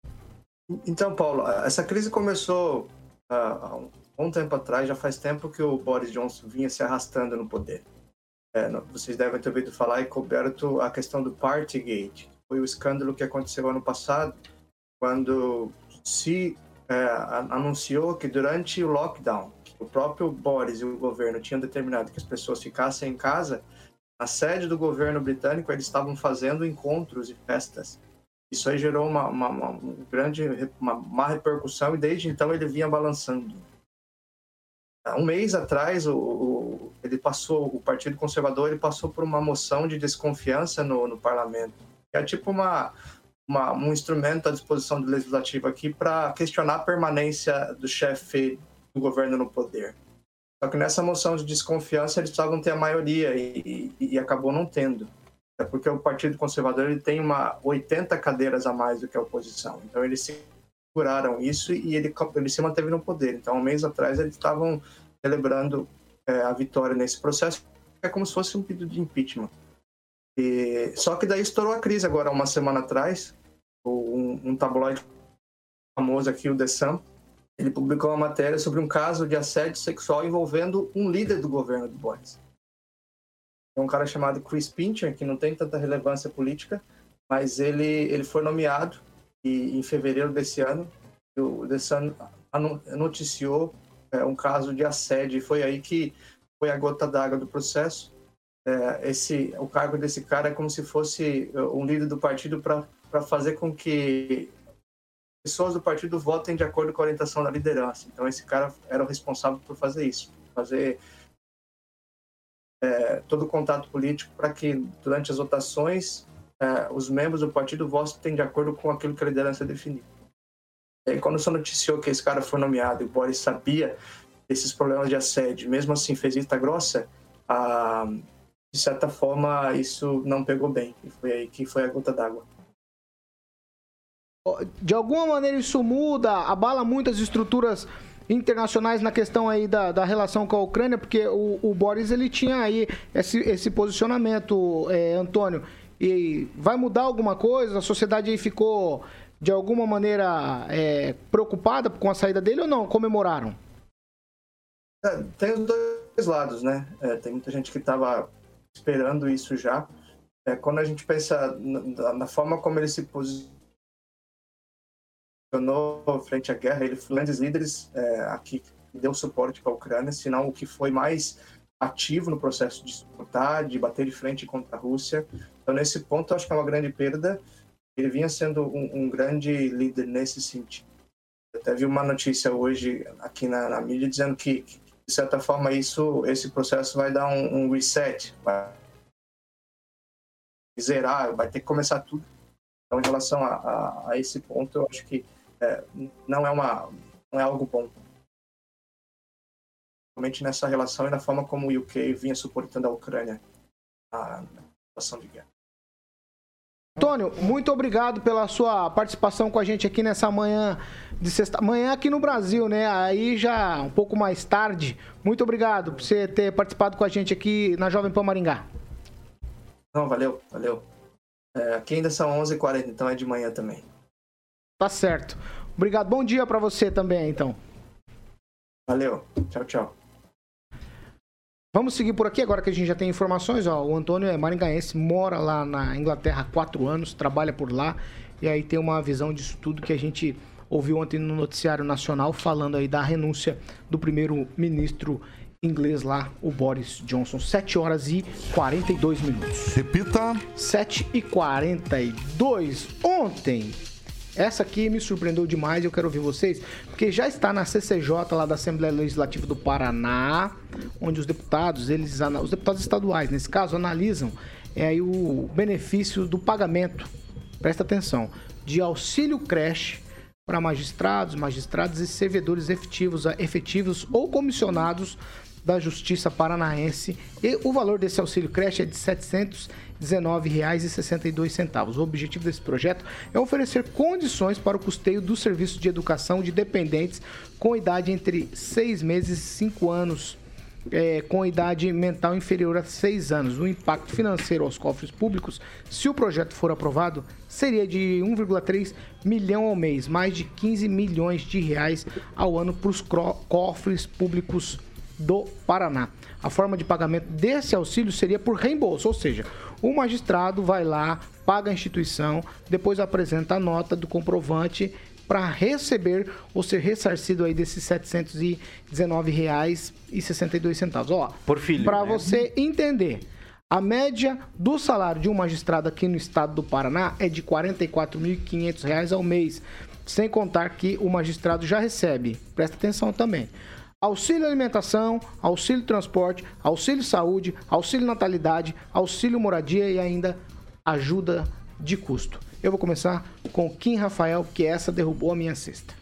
Então, Paulo, essa crise começou uh, há um tempo atrás, já faz tempo que o Boris Johnson vinha se arrastando no poder. É, vocês devem ter ouvido falar e coberto a questão do Partygate, que foi o escândalo que aconteceu ano passado, quando se é, anunciou que durante o lockdown, que o próprio Boris e o governo tinham determinado que as pessoas ficassem em casa, na sede do governo britânico, eles estavam fazendo encontros e festas. Isso aí gerou uma, uma, uma grande uma má repercussão e desde então ele vinha balançando. Um mês atrás, o, o, ele passou, o Partido Conservador ele passou por uma moção de desconfiança no, no parlamento. É tipo uma, uma, um instrumento à disposição do legislativo aqui para questionar a permanência do chefe do governo no poder. Só que nessa moção de desconfiança eles precisavam ter a maioria e, e, e acabou não tendo. É porque o Partido Conservador ele tem uma oitenta cadeiras a mais do que a oposição. Então eles seguraram isso e ele, ele se manteve no poder. Então, um mês atrás eles estavam celebrando é, a vitória nesse processo. É como se fosse um pedido de impeachment. E, só que daí estourou a crise agora, uma semana atrás. Um, um tabloide famoso aqui, o The Sun, ele publicou uma matéria sobre um caso de assédio sexual envolvendo um líder do governo do Boris. É um cara chamado Chris Pincher, que não tem tanta relevância política, mas ele, ele foi nomeado e, em fevereiro desse ano, o The Sun noticiou é, um caso de assédio, e foi aí que foi a gota d'água do processo. É, esse, o cargo desse cara é como se fosse um líder do partido para fazer com que pessoas do partido votem de acordo com a orientação da liderança. Então esse cara era o responsável por fazer isso, fazer é, todo o contato político para que durante as votações é, os membros do partido votem de acordo com aquilo que a liderança definiu. E quando se noticiou que esse cara foi nomeado e o Boris sabia desses problemas de assédio, mesmo assim fez vista grossa, a, de certa forma isso não pegou bem, e foi aí que foi a gota d'água. De alguma maneira isso muda, abala muito as estruturas internacionais na questão aí da, da relação com a Ucrânia, porque o, o Boris ele tinha aí esse, esse posicionamento, é, Antônio, e vai mudar alguma coisa? A sociedade aí ficou de alguma maneira é, preocupada com a saída dele ou não? Comemoraram? É, tem os dois lados, né? É, tem muita gente que estava esperando isso já. É, quando a gente pensa na, na forma como ele se posicionou frente à guerra, ele foi um dos líderes é, aqui que deu suporte para a Ucrânia, senão o que foi mais ativo no processo de suportar, de bater de frente contra a Rússia. Então, nesse ponto, eu acho que é uma grande perda. Ele vinha sendo um, um grande líder nesse sentido. Eu até vi uma notícia hoje aqui na, na mídia dizendo que, de certa forma, isso, esse processo vai dar um, um reset, vai zerar, vai ter que começar tudo. Então, em relação a, a, a esse ponto, eu acho que é, não, é uma, não é algo bom. Principalmente nessa relação e na forma como o U K vinha suportando a Ucrânia na situação de guerra. Antônio, muito obrigado pela sua participação com a gente aqui nessa manhã de sexta, manhã aqui no Brasil, né? Aí já um pouco mais tarde. Muito obrigado por você ter participado com a gente aqui na Jovem Pan Maringá. Não, valeu, valeu. É, aqui ainda são onze e quarenta, então é de manhã também. Tá certo. Obrigado. Bom dia para você também, então. Valeu. Tchau, tchau. Vamos seguir por aqui, agora que a gente já tem informações. Ó, o Antônio é maringaense, mora lá na Inglaterra há quatro anos, trabalha por lá. E aí tem uma visão disso tudo que a gente ouviu ontem no Noticiário Nacional, falando aí da renúncia do primeiro-ministro inglês lá, o Boris Johnson. sete horas e quarenta e dois minutos. Repita. sete e quarenta e dois. Ontem, essa aqui me surpreendeu demais, eu quero ouvir vocês, porque já está na C C J lá da Assembleia Legislativa do Paraná, onde os deputados, eles, os deputados estaduais, nesse caso, analisam é, aí o benefício do pagamento, presta atenção, de auxílio creche para magistrados, magistrados e servidores efetivos, efetivos ou comissionados da Justiça Paranaense, e o valor desse auxílio creche é de setecentos e dezenove reais e sessenta e dois centavos. O objetivo desse projeto é oferecer condições para o custeio do serviço de educação de dependentes com idade entre seis meses e cinco anos, é, com idade mental inferior a seis anos. O impacto financeiro aos cofres públicos, se o projeto for aprovado, seria de um vírgula três milhão ao mês, mais de quinze milhões de reais ao ano para os cofres públicos do Paraná. A forma de pagamento desse auxílio seria por reembolso, ou seja, o magistrado vai lá, paga a instituição, depois apresenta a nota do comprovante para receber ou ser ressarcido aí desses setecentos e dezenove reais e sessenta e dois centavos. Ó, por filho, para né? você entender, a média do salário de um magistrado aqui no estado do Paraná é de quarenta e quatro mil e quinhentos reais ao mês, sem contar que o magistrado já recebe, presta atenção também, auxílio alimentação, auxílio transporte, auxílio saúde, auxílio natalidade, auxílio moradia e ainda ajuda de custo. Eu vou começar com Kim Rafael, que essa derrubou a minha cesta.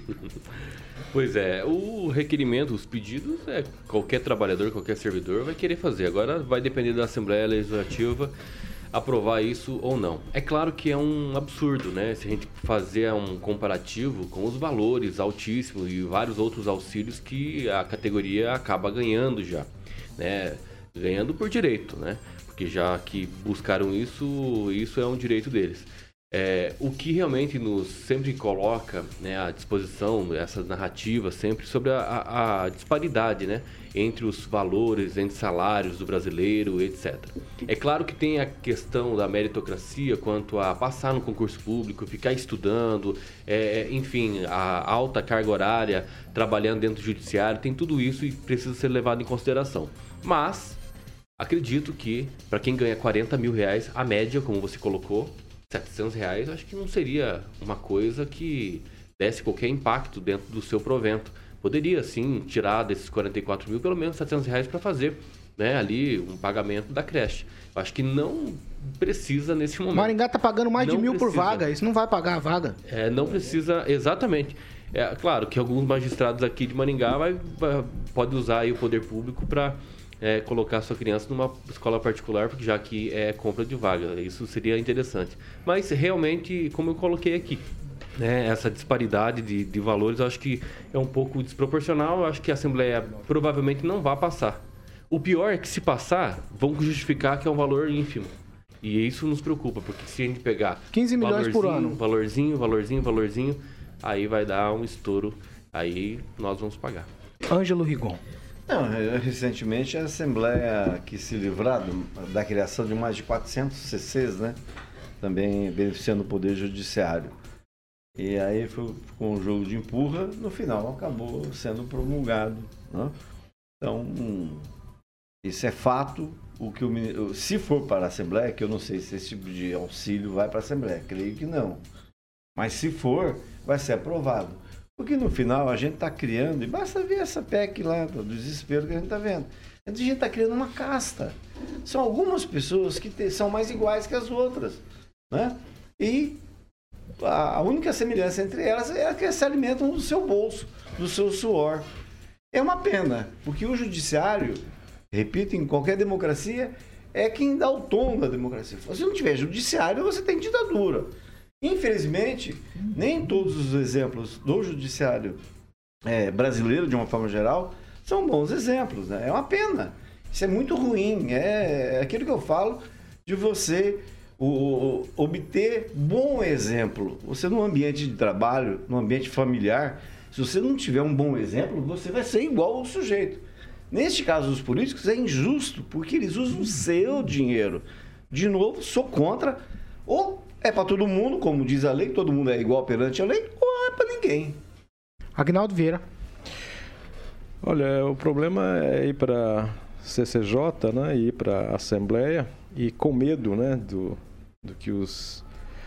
Pois é, o requerimento, os pedidos, é qualquer trabalhador, qualquer servidor vai querer fazer. Agora vai depender da Assembleia Legislativa aprovar isso ou não. É claro que é um absurdo, né? Se a gente fazer um comparativo com os valores altíssimos e vários outros auxílios que a categoria acaba ganhando já, né? Ganhando por direito, né? Porque já que buscaram isso, isso é um direito deles. É, o que realmente nos sempre coloca, né, à disposição, essas narrativas sempre sobre a, a, a disparidade, né, entre os valores, entre salários do brasileiro, etcétera. É claro que tem a questão da meritocracia quanto a passar no concurso público, ficar estudando, é, enfim, a alta carga horária, trabalhando dentro do judiciário, tem tudo isso e precisa ser levado em consideração. Mas acredito que para quem ganha quarenta mil reais, a média, como você colocou, setecentos reais, acho que não seria uma coisa que desse qualquer impacto dentro do seu provento. Poderia, sim, tirar desses quarenta e quatro mil, pelo menos setecentos reais para fazer, né, ali um pagamento da creche. Eu acho que não precisa nesse momento. Maringá tá pagando mais não de mil precisa. por vaga, isso não vai pagar a vaga. É, não precisa, exatamente. É claro que alguns magistrados aqui de Maringá vai, vai, pode usar aí o poder público para É, colocar sua criança numa escola particular, porque já que é compra de vaga, isso seria interessante. Mas realmente, como eu coloquei aqui, né, essa disparidade de, de valores, eu acho que é um pouco desproporcional. Eu acho que a Assembleia provavelmente não vai passar. O pior é que, se passar, vão justificar que é um valor ínfimo. E isso nos preocupa, porque se a gente pegar quinze milhões por ano, valorzinho, valorzinho, valorzinho, aí vai dar um estouro, aí nós vamos pagar. Ângelo Rigon. Não, recentemente a Assembleia que se livrar da criação de mais de quatrocentos C Cs, né? Também beneficiando o Poder Judiciário. E aí foi com um jogo de empurra, no final acabou sendo promulgado, né? Então, isso é fato. O que o, se for para a Assembleia, que eu não sei se esse tipo de auxílio vai para a Assembleia, creio que não. Mas se for, vai ser aprovado. Porque no final a gente está criando, e basta ver essa P E C lá, do desespero que a gente está vendo. A gente está criando uma casta. São algumas pessoas que te, são mais iguais que as outras, né? E a, a única semelhança entre elas é que se alimentam do seu bolso, do seu suor. É uma pena, porque o judiciário, repito, em qualquer democracia, é quem dá o tom da democracia. Se não tiver judiciário, você tem ditadura. Infelizmente, nem todos os exemplos do judiciário é, brasileiro, de uma forma geral, são bons exemplos, né? É uma pena. Isso é muito ruim. É aquilo que eu falo de você o, o, obter bom exemplo. Você, no ambiente de trabalho, no ambiente familiar, se você não tiver um bom exemplo, você vai ser igual ao sujeito. Neste caso, os políticos, é injusto, porque eles usam o seu dinheiro. De novo, sou contra. Ou é para todo mundo, como diz a lei, todo mundo é igual perante a lei, ou é para ninguém. Agnaldo Vieira. Olha, o problema é ir para C C J, né, ir para a Assembleia, e com medo, né, do, do que os,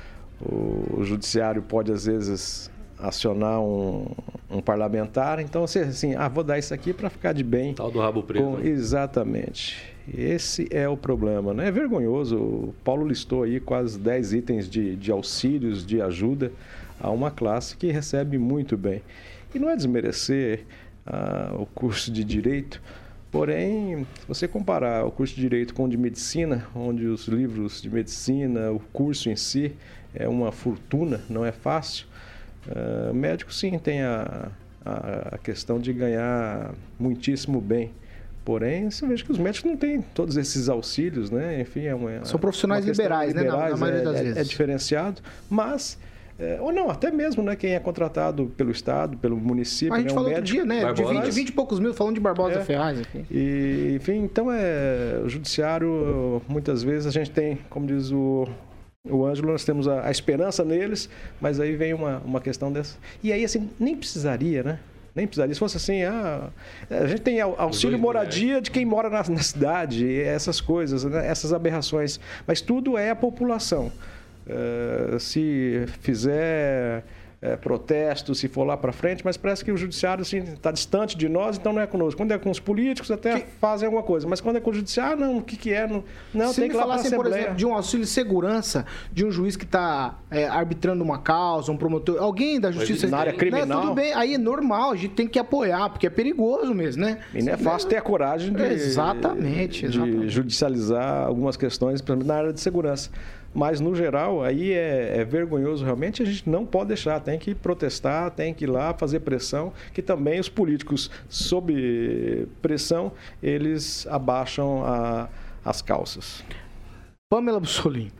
o, o judiciário pode, às vezes, acionar um, um parlamentar. Então, você assim, ah, vou dar isso aqui para ficar de bem. Tal do rabo preso. Com, exatamente. Esse é o problema, né? É vergonhoso. O Paulo listou aí quase dez itens de, de auxílios, de ajuda a uma classe que recebe muito bem. E não é desmerecer ah, o curso de Direito, porém, se você comparar o curso de Direito com o de Medicina, onde os livros de Medicina, o curso em si, é uma fortuna, não é fácil, ah, médico sim tem a, a, a questão de ganhar muitíssimo bem. Porém, você veja que os médicos não têm todos esses auxílios, né? Enfim, é uma, são profissionais liberais, liberais, né? Na, na maioria é, das é, vezes. É diferenciado, mas... É, ou não, até mesmo, né? Quem é contratado pelo Estado, pelo município... A gente né, falou um outro dia, né? Barbosa, de vinte, vinte e poucos mil, falando de Barbosa é, Ferraz. Enfim. E, enfim, então, é, o judiciário, muitas vezes, a gente tem, como diz o... O Ângelo, nós temos a, a esperança neles, mas aí vem uma, uma questão dessa. E aí, assim, nem precisaria, né? Nem precisaria. Se fosse assim, ah, a gente tem auxílio moradia de quem mora na, na cidade, essas coisas, né? Essas aberrações. Mas tudo é a população. Uh, se fizer é, protesto, se for lá para frente, mas parece que o judiciário está assim, distante de nós, então não é conosco. Quando é com os políticos, até que... fazem alguma coisa, mas quando é com o judiciário, não, o que, que é? Não, não se tem que falar assim, por exemplo, de um auxílio de segurança, de um juiz que está é, arbitrando uma causa, um promotor, alguém da justiça... Na área criminal... Não, tudo bem, aí é normal, a gente tem que apoiar, porque é perigoso mesmo, né? E não é fácil ter a coragem de, exatamente, exatamente. de judicializar algumas questões, por exemplo, na área de segurança. Mas, no geral, aí é, é vergonhoso realmente, a gente não pode deixar, tem que protestar, tem que ir lá fazer pressão, que também os políticos, sob pressão, eles abaixam a, as calças. Pamela Bussolini.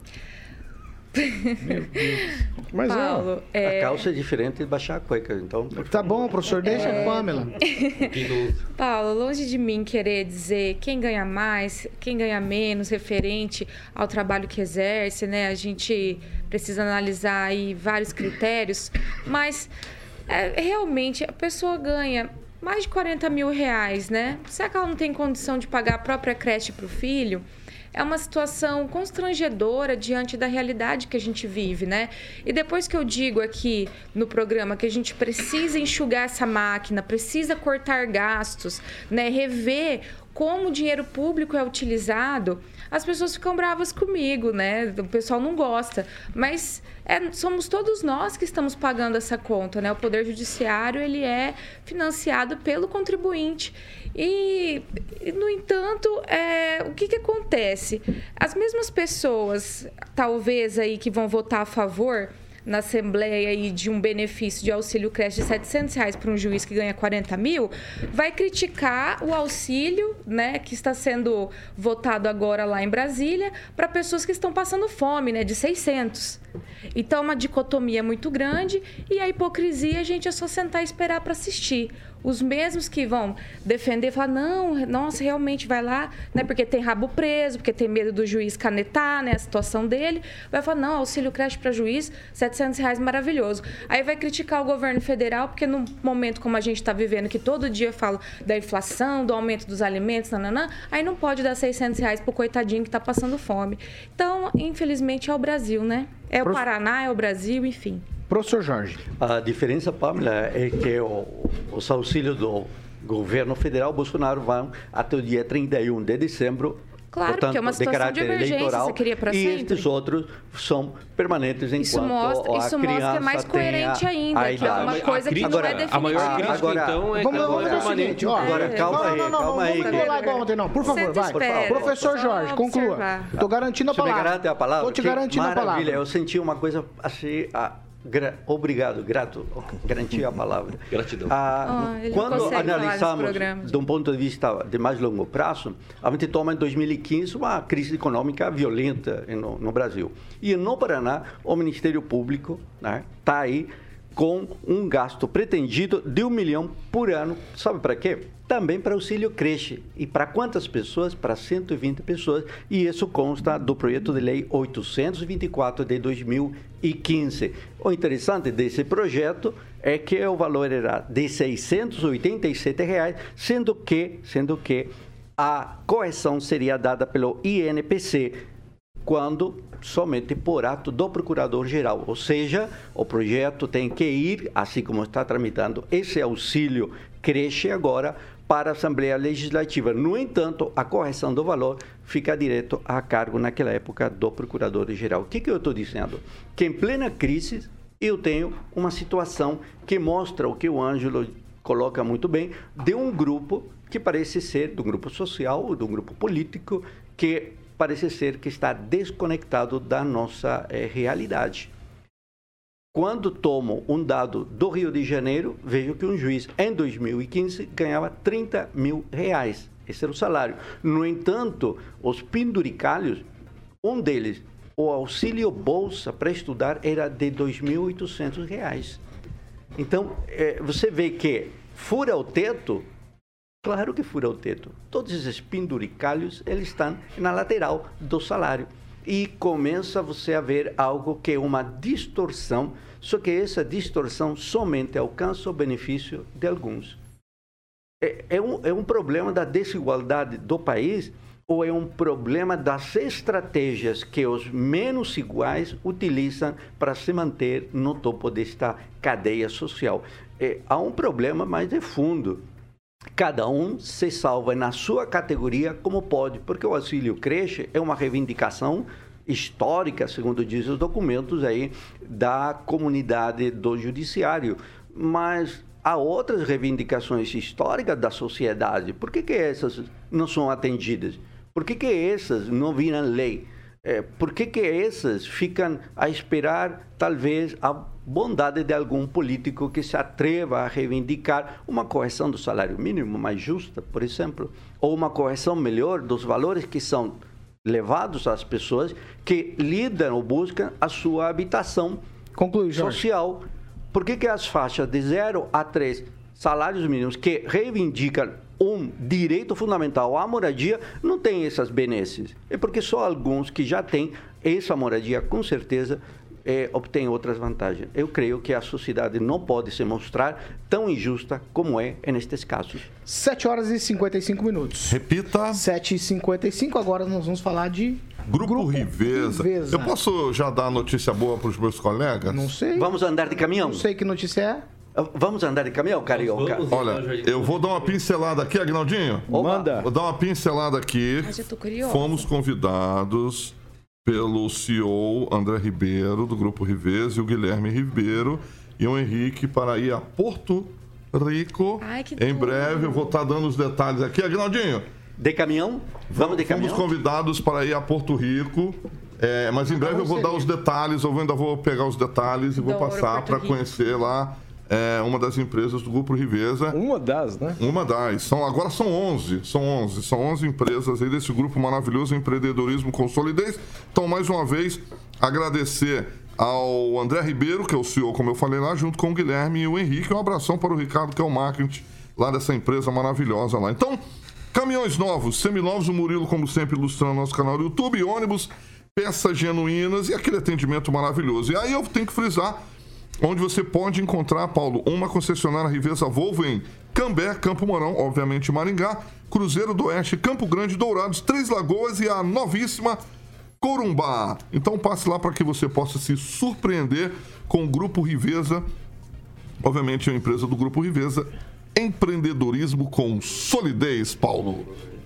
Meu Deus. Mas Paulo, é... é... a calça é diferente de baixar a cueca, então... Tá bom, professor, deixa a é... Pamela. Paulo, longe de mim querer dizer quem ganha mais, quem ganha menos, referente ao trabalho que exerce, né? A gente precisa analisar aí vários critérios, mas é, realmente a pessoa ganha mais de quarenta mil reais, né? Será que ela não tem condição de pagar a própria creche para o filho? É uma situação constrangedora diante da realidade que a gente vive, né? E depois que eu digo aqui no programa que a gente precisa enxugar essa máquina, precisa cortar gastos, né? Rever como o dinheiro público é utilizado, as pessoas ficam bravas comigo, né? O pessoal não gosta. Mas é, somos todos nós que estamos pagando essa conta, né? O Poder Judiciário, ele é financiado pelo contribuinte. E, no entanto, é, o que, que acontece? As mesmas pessoas, talvez, aí que vão votar a favor na Assembleia aí de um benefício de auxílio creche de setecentos reais para um juiz que ganha quarenta mil, vai criticar o auxílio, né, que está sendo votado agora lá em Brasília para pessoas que estão passando fome, né, de seiscentos. Então, uma dicotomia muito grande e a hipocrisia, a gente é só sentar e esperar para assistir. Os mesmos que vão defender, falar, não, nossa, realmente vai lá, né, porque tem rabo preso, porque tem medo do juiz canetar, né, a situação dele, vai falar, não, auxílio creche para juiz, setecentos reais, maravilhoso. Aí vai criticar o governo federal, porque num momento como a gente está vivendo, que todo dia fala da inflação, do aumento dos alimentos, nananã, aí não pode dar seiscentos reais pro coitadinho que está passando fome. Então, infelizmente, é o Brasil, né? É o Paraná, é o Brasil, enfim. Professor Jorge. A diferença, Pamela, é que o, os auxílios do governo federal Bolsonaro vão até o dia trinta e um de dezembro. Claro, portanto, porque é uma situação de, de emergência, eleitoral, você queria para e sempre. estes outros são permanentes enquanto isso mostra, a isso criança mostra que é mais coerente ainda, que é uma coisa que agora, não é definitiva. A maior crítica, agora, então, é vamos, vamos fazer o seguinte, ó. Agora, calma não, aí, não, não, calma não, aí. Não vamos lá igual ontem, não. Por favor, vai. Por favor. Professor Jorge, conclua. Estou garantindo a Você palavra. me garante a palavra? Estou te garantindo a palavra. Maravilha, eu senti uma coisa assim... A... Gra... Obrigado, grato, garanti a palavra. Gratidão. Ah, oh, quando analisamos de um ponto de vista de mais longo prazo, a gente toma em dois mil e quinze uma crise econômica violenta no, no Brasil. E no Paraná, o Ministério Público está aí com um gasto pretendido de um milhão por ano. Sabe para quê? Também para auxílio creche. E para quantas pessoas? Para cento e vinte pessoas. E isso consta do projeto de lei oitocentos e vinte e quatro de dois mil e quinze. O interessante desse projeto é que o valor era de seiscentos e oitenta e sete reais, sendo que, sendo que a correção seria dada pelo I N P C, quando somente por ato do Procurador-Geral. Ou seja, o projeto tem que ir, assim como está tramitando esse auxílio creche agora, para a Assembleia Legislativa. No entanto, a correção do valor fica direto a cargo, naquela época, do Procurador-Geral. O que, que eu estou dizendo? Que em plena crise, eu tenho uma situação que mostra o que o Ângelo coloca muito bem, de um grupo que parece ser, de um grupo social, de um grupo político, que parece ser que está desconectado da nossa eh, realidade. Quando tomo um dado do Rio de Janeiro, vejo que um juiz, em dois mil e quinze, ganhava trinta mil reais. Esse era o salário. No entanto, os penduricalhos, um deles, o auxílio bolsa para estudar, era de dois mil e oitocentos reais. Então, é, você vê que fura o teto. Claro que fura o teto. Todos esses penduricalhos, eles estão na lateral do salário. E começa você a ver algo que é uma distorção, só que essa distorção somente alcança o benefício de alguns. É, é, um, é um problema da desigualdade do país ou é um problema das estratégias que os menos iguais utilizam para se manter no topo desta cadeia social? É, há um problema mais de fundo. Cada um se salva na sua categoria como pode, porque o auxílio creche é uma reivindicação histórica, segundo dizem os documentos aí, da comunidade do judiciário. Mas há outras reivindicações históricas da sociedade. Por que que essas não são atendidas? Por que que essas não viram lei? É, por que que essas ficam a esperar, talvez, a bondade de algum político que se atreva a reivindicar uma correção do salário mínimo mais justa, por exemplo, ou uma correção melhor dos valores que são levados às pessoas que lidam ou buscam a sua habitação Conclui, social? Por que que as faixas de zero a três salários mínimos que reivindicam um direito fundamental à moradia não têm essas benesses? É porque só alguns que já têm essa moradia, com certeza, É, obtém outras vantagens. Eu creio que a sociedade não pode se mostrar tão injusta como é nestes casos. sete horas e cinquenta e cinco minutos. Repita. sete e cinquenta e cinco, agora nós vamos falar de... Grupo, Grupo Riveza. Riveza. Eu posso já dar notícia boa para os meus colegas? Não sei. Vamos andar de caminhão? Não sei que notícia é. Vamos andar de caminhão, Carioca? Olha, eu vou dar uma pincelada aqui, Aguinaldinho. Manda. Vou dar uma pincelada aqui. Mas eu tô curiosa. Fomos convidados pelo C E O André Ribeiro, do Grupo Riveza, e o Guilherme Ribeiro e o Henrique para ir a Porto Rico. Ai, que em tudo. breve, eu vou estar dando os detalhes aqui. Aguinaldinho. De caminhão? Vamos de caminhão? Fomos convidados para ir a Porto Rico É, mas em breve eu vou dar os detalhes, eu ainda vou pegar os detalhes e vou Douro, passar para conhecer lá é, uma das empresas do Grupo Riveza. Uma das, né? Uma das. São, agora são onze. São onze. São onze empresas aí desse grupo maravilhoso, Empreendedorismo com Solidez. Então, mais uma vez, agradecer ao André Ribeiro, que é o C E O, como eu falei lá, junto com o Guilherme e o Henrique. Um abração para o Ricardo, que é o marketing lá dessa empresa maravilhosa lá. Então, caminhões novos, seminovos, o Murilo, como sempre, ilustrando nosso canal do YouTube, ônibus, peças genuínas e aquele atendimento maravilhoso. E aí eu tenho que frisar onde você pode encontrar, Paulo, uma concessionária Riveza Volvo em Cambé, Campo Mourão, obviamente Maringá, Cruzeiro do Oeste, Campo Grande, Dourados, Três Lagoas e a novíssima Corumbá. Então passe lá para que você possa se surpreender com o Grupo Riveza, obviamente é a empresa do Grupo Riveza, empreendedorismo com solidez, Paulo.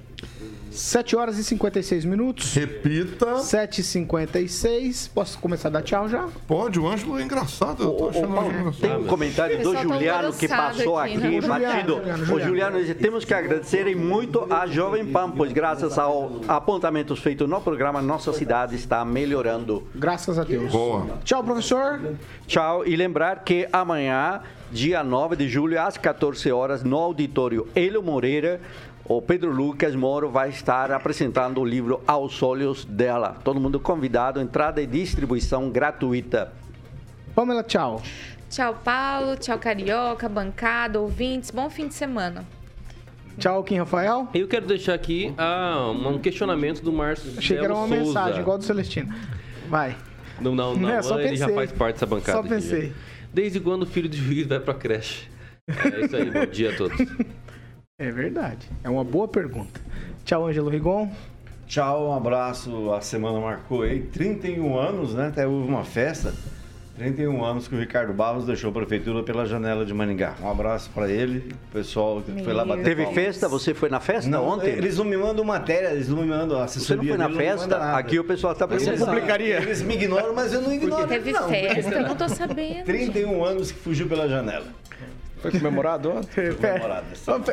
sete horas e cinquenta e seis minutos. Repita. sete e cinquenta e seis. Posso começar a dar tchau já? Pode, o Ângelo é engraçado. Eu tô achando Paulo, engraçado. tem um comentário do Juliano que passou aqui, aqui né? batido. Juliano, Juliano, o Juliano diz: temos que agradecer muito à Jovem Pan, pois graças aos apontamentos feitos no programa, nossa cidade está melhorando. Graças a Deus. Boa. Tchau, professor. Tchau. E lembrar que amanhã, dia nove de julho, às quatorze horas, no auditório Hélio Moreira, o Pedro Lucas Moro vai estar apresentando o livro Aos Olhos Dela. Todo mundo convidado, entrada e distribuição gratuita. Pamela, tchau. Tchau, Paulo. Tchau, Carioca, bancada, ouvintes. Bom fim de semana. Tchau, Kim Rafael. Eu quero deixar aqui ah, um questionamento do Márcio Achei que era uma Souza. mensagem, igual do Celestino. Vai. Não, não, não. É, só ele pensei. já faz parte dessa bancada. Só pensei. Aqui, desde quando o filho de juiz vai pra creche? É isso aí, bom dia a todos. É verdade. É uma boa pergunta. Tchau, Ângelo Rigon. Tchau, um abraço. A semana marcou aí trinta e um anos, né? Até houve uma festa. trinta e um anos que o Ricardo Barros deixou a prefeitura pela janela de Maringá. Um abraço para ele, o pessoal que foi lá bater Teve palmas. festa? Você foi na festa Não, ontem? Eles não me mandam matéria, eles não me mandam a assessoria. Você não foi na deles, não me festa? manda nada. Aqui o pessoal está Eles perguntando. publicaria. Eles me ignoram, mas eu não ignoro. Teve não. festa, eu não tô sabendo. trinta e um anos que fugiu pela janela. Foi comemorado ontem? Comemorado.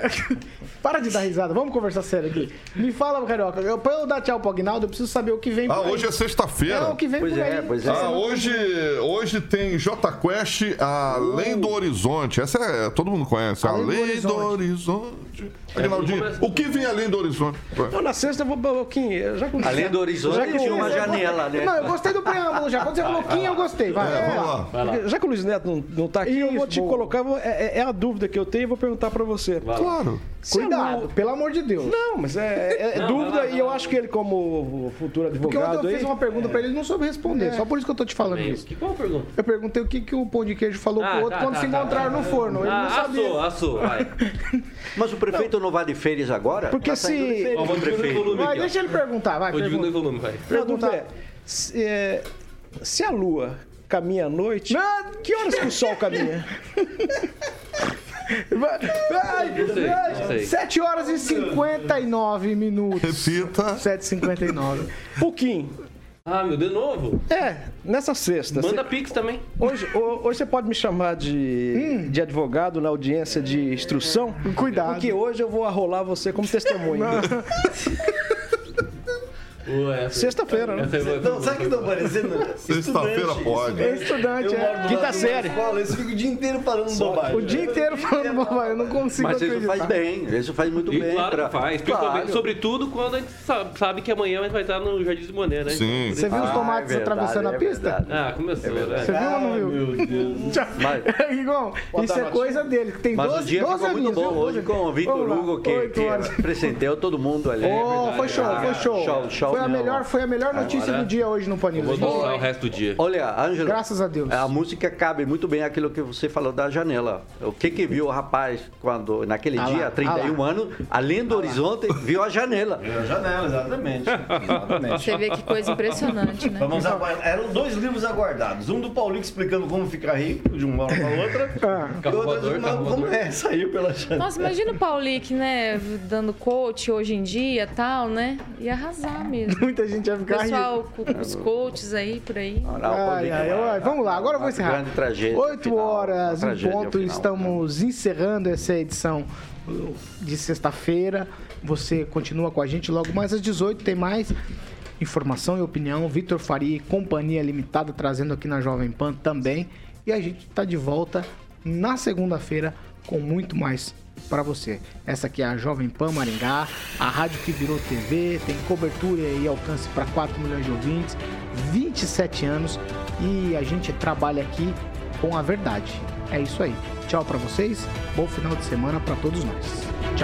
Para de dar risada, vamos conversar sério aqui. Me fala, Carioca, eu, pra eu dar tchau pro Aguinaldo, eu preciso saber o que vem por Ah, aí. hoje é sexta-feira. É, o que vem Pois por é, aí. pois é. Ah, hoje, hoje tem J Quest Além do Horizonte. Essa é, todo mundo conhece. Além do Além do Horizonte. Aguinaldinho, o que vem além do horizonte? Então, na sexta eu vou, Pouquinho, já que Além do horizonte, já que tinha uma o- janela, né? Não, eu gostei do preâmbulo já. Quando você falou Kim, eu gostei. Vai, É, vamos vamos lá. lá. Já que o Luiz Neto não, não tá aqui, eu vou Isso, te boa. colocar. vou- É, é a dúvida que eu tenho e vou perguntar pra você. Claro. Se a Cuidado, Lu- pelo amor de Deus. Não, mas é, é- é Não, dúvida vai lá, vai e eu lá. acho que ele, como futuro Porque ontem advogado eu aí. fiz uma pergunta pra ele, ele não soube responder. Só por isso que eu tô te falando Bem, isso. que, qual a pergunta? Eu perguntei o que, que o pão de queijo falou Ah, pro outro tá, quando tá, se tá, encontraram tá. no forno. Ele Ah, não sabia. assou, assou, vai. Mas o prefeito não, vai de férias agora? Porque Tá saindo de se- férias, Ó, vou o diminuir o prefeito. volume Vai, aqui, ó. deixa ele perguntar, vai. Vou diminuir o pergunta. volume, vai. Não, a dúvida Perguntar. é, se, é, se a lua caminha à noite, Não. que horas que o sol caminha? Vai, vai, Não sei, vai. não sei. sete horas e cinquenta e nove minutos. Repita. sete e cinquenta e nove. Pouquinho. Ah, meu, de novo? É, nessa sexta. Manda cê- Pix também. Hoje, ho- hoje você pode me chamar de, de advogado na audiência de instrução? Cuidado. Porque hoje eu vou arrolar você como testemunha. Ué, Sexta-feira, né? essa aí vai- Não, sabe o que estão parecendo? Sexta-feira Estudante, pode. É estudante, Eu é. moro do Quinta lado de uma série. escola, eles ficam o dia inteiro falando bobagem. O dia inteiro falando bobagem, eu não consigo Mas isso acreditar. faz bem, isso faz muito E bem. claro pra- que faz, Claro. principalmente, sobretudo quando a gente sabe, sabe que amanhã a gente vai estar no Jardim de Monet, né? Sim. Você viu os Ah, tomates é verdade, atravessando a é pista? verdade. Ah, começou, né? Você viu ou não viu? Meu Deus. Tchau. Mas- Rigon, isso é coisa dele. que Tem Mas doze, o dia doze ficou muito aninhos, bom viu? hoje com o Vitor Vamos lá, Hugo, que, oito que horas. presenteou todo mundo ali. Oh, foi show, foi show. Show, show foi, a mesmo. melhor, foi a melhor notícia Agora- do dia hoje no Panini. Vou dançar o resto do dia. Olha, Ângelo, Graças a Deus. a música cabe muito bem aquilo que você falou da janela. O que que viu o rapaz quando, naquele Ah lá, dia, ah trinta e um lá. anos, além do horizonte, viu a janela. A janela, exatamente. Exatamente. Você vê que coisa impressionante, né? Vamos aguardar. Eram dois livros aguardados. Um do Paulinho explicando como ficar rico de uma hora para outra. Ah. E Carro outro voador, como, carro como voador. é, saiu pela janela. Nossa, imagina o Paulique, né? Dando coach hoje em dia e tal, né? Ia arrasar mesmo. Muita gente ia O ficar rindo. pessoal, com os coaches aí, por aí. Ai, ai, ai, vamos lá, agora eu vou encerrar. Grande tragédia. oito final, horas em tragédia ponto, final. estamos encerrando essa edição de sexta-feira. Você continua com a gente logo mais às dezoito, tem mais. informação e opinião. Vitor Faria e Companhia Limitada trazendo aqui na Jovem Pan também. E a gente está de volta na segunda-feira com muito mais para você. Essa aqui é a Jovem Pan Maringá, a rádio que virou T V, tem cobertura e alcance para quatro milhões de ouvintes, vinte e sete anos, e a gente trabalha aqui com a verdade. É isso aí. Tchau para vocês, bom final de semana para todos nós. Tchau.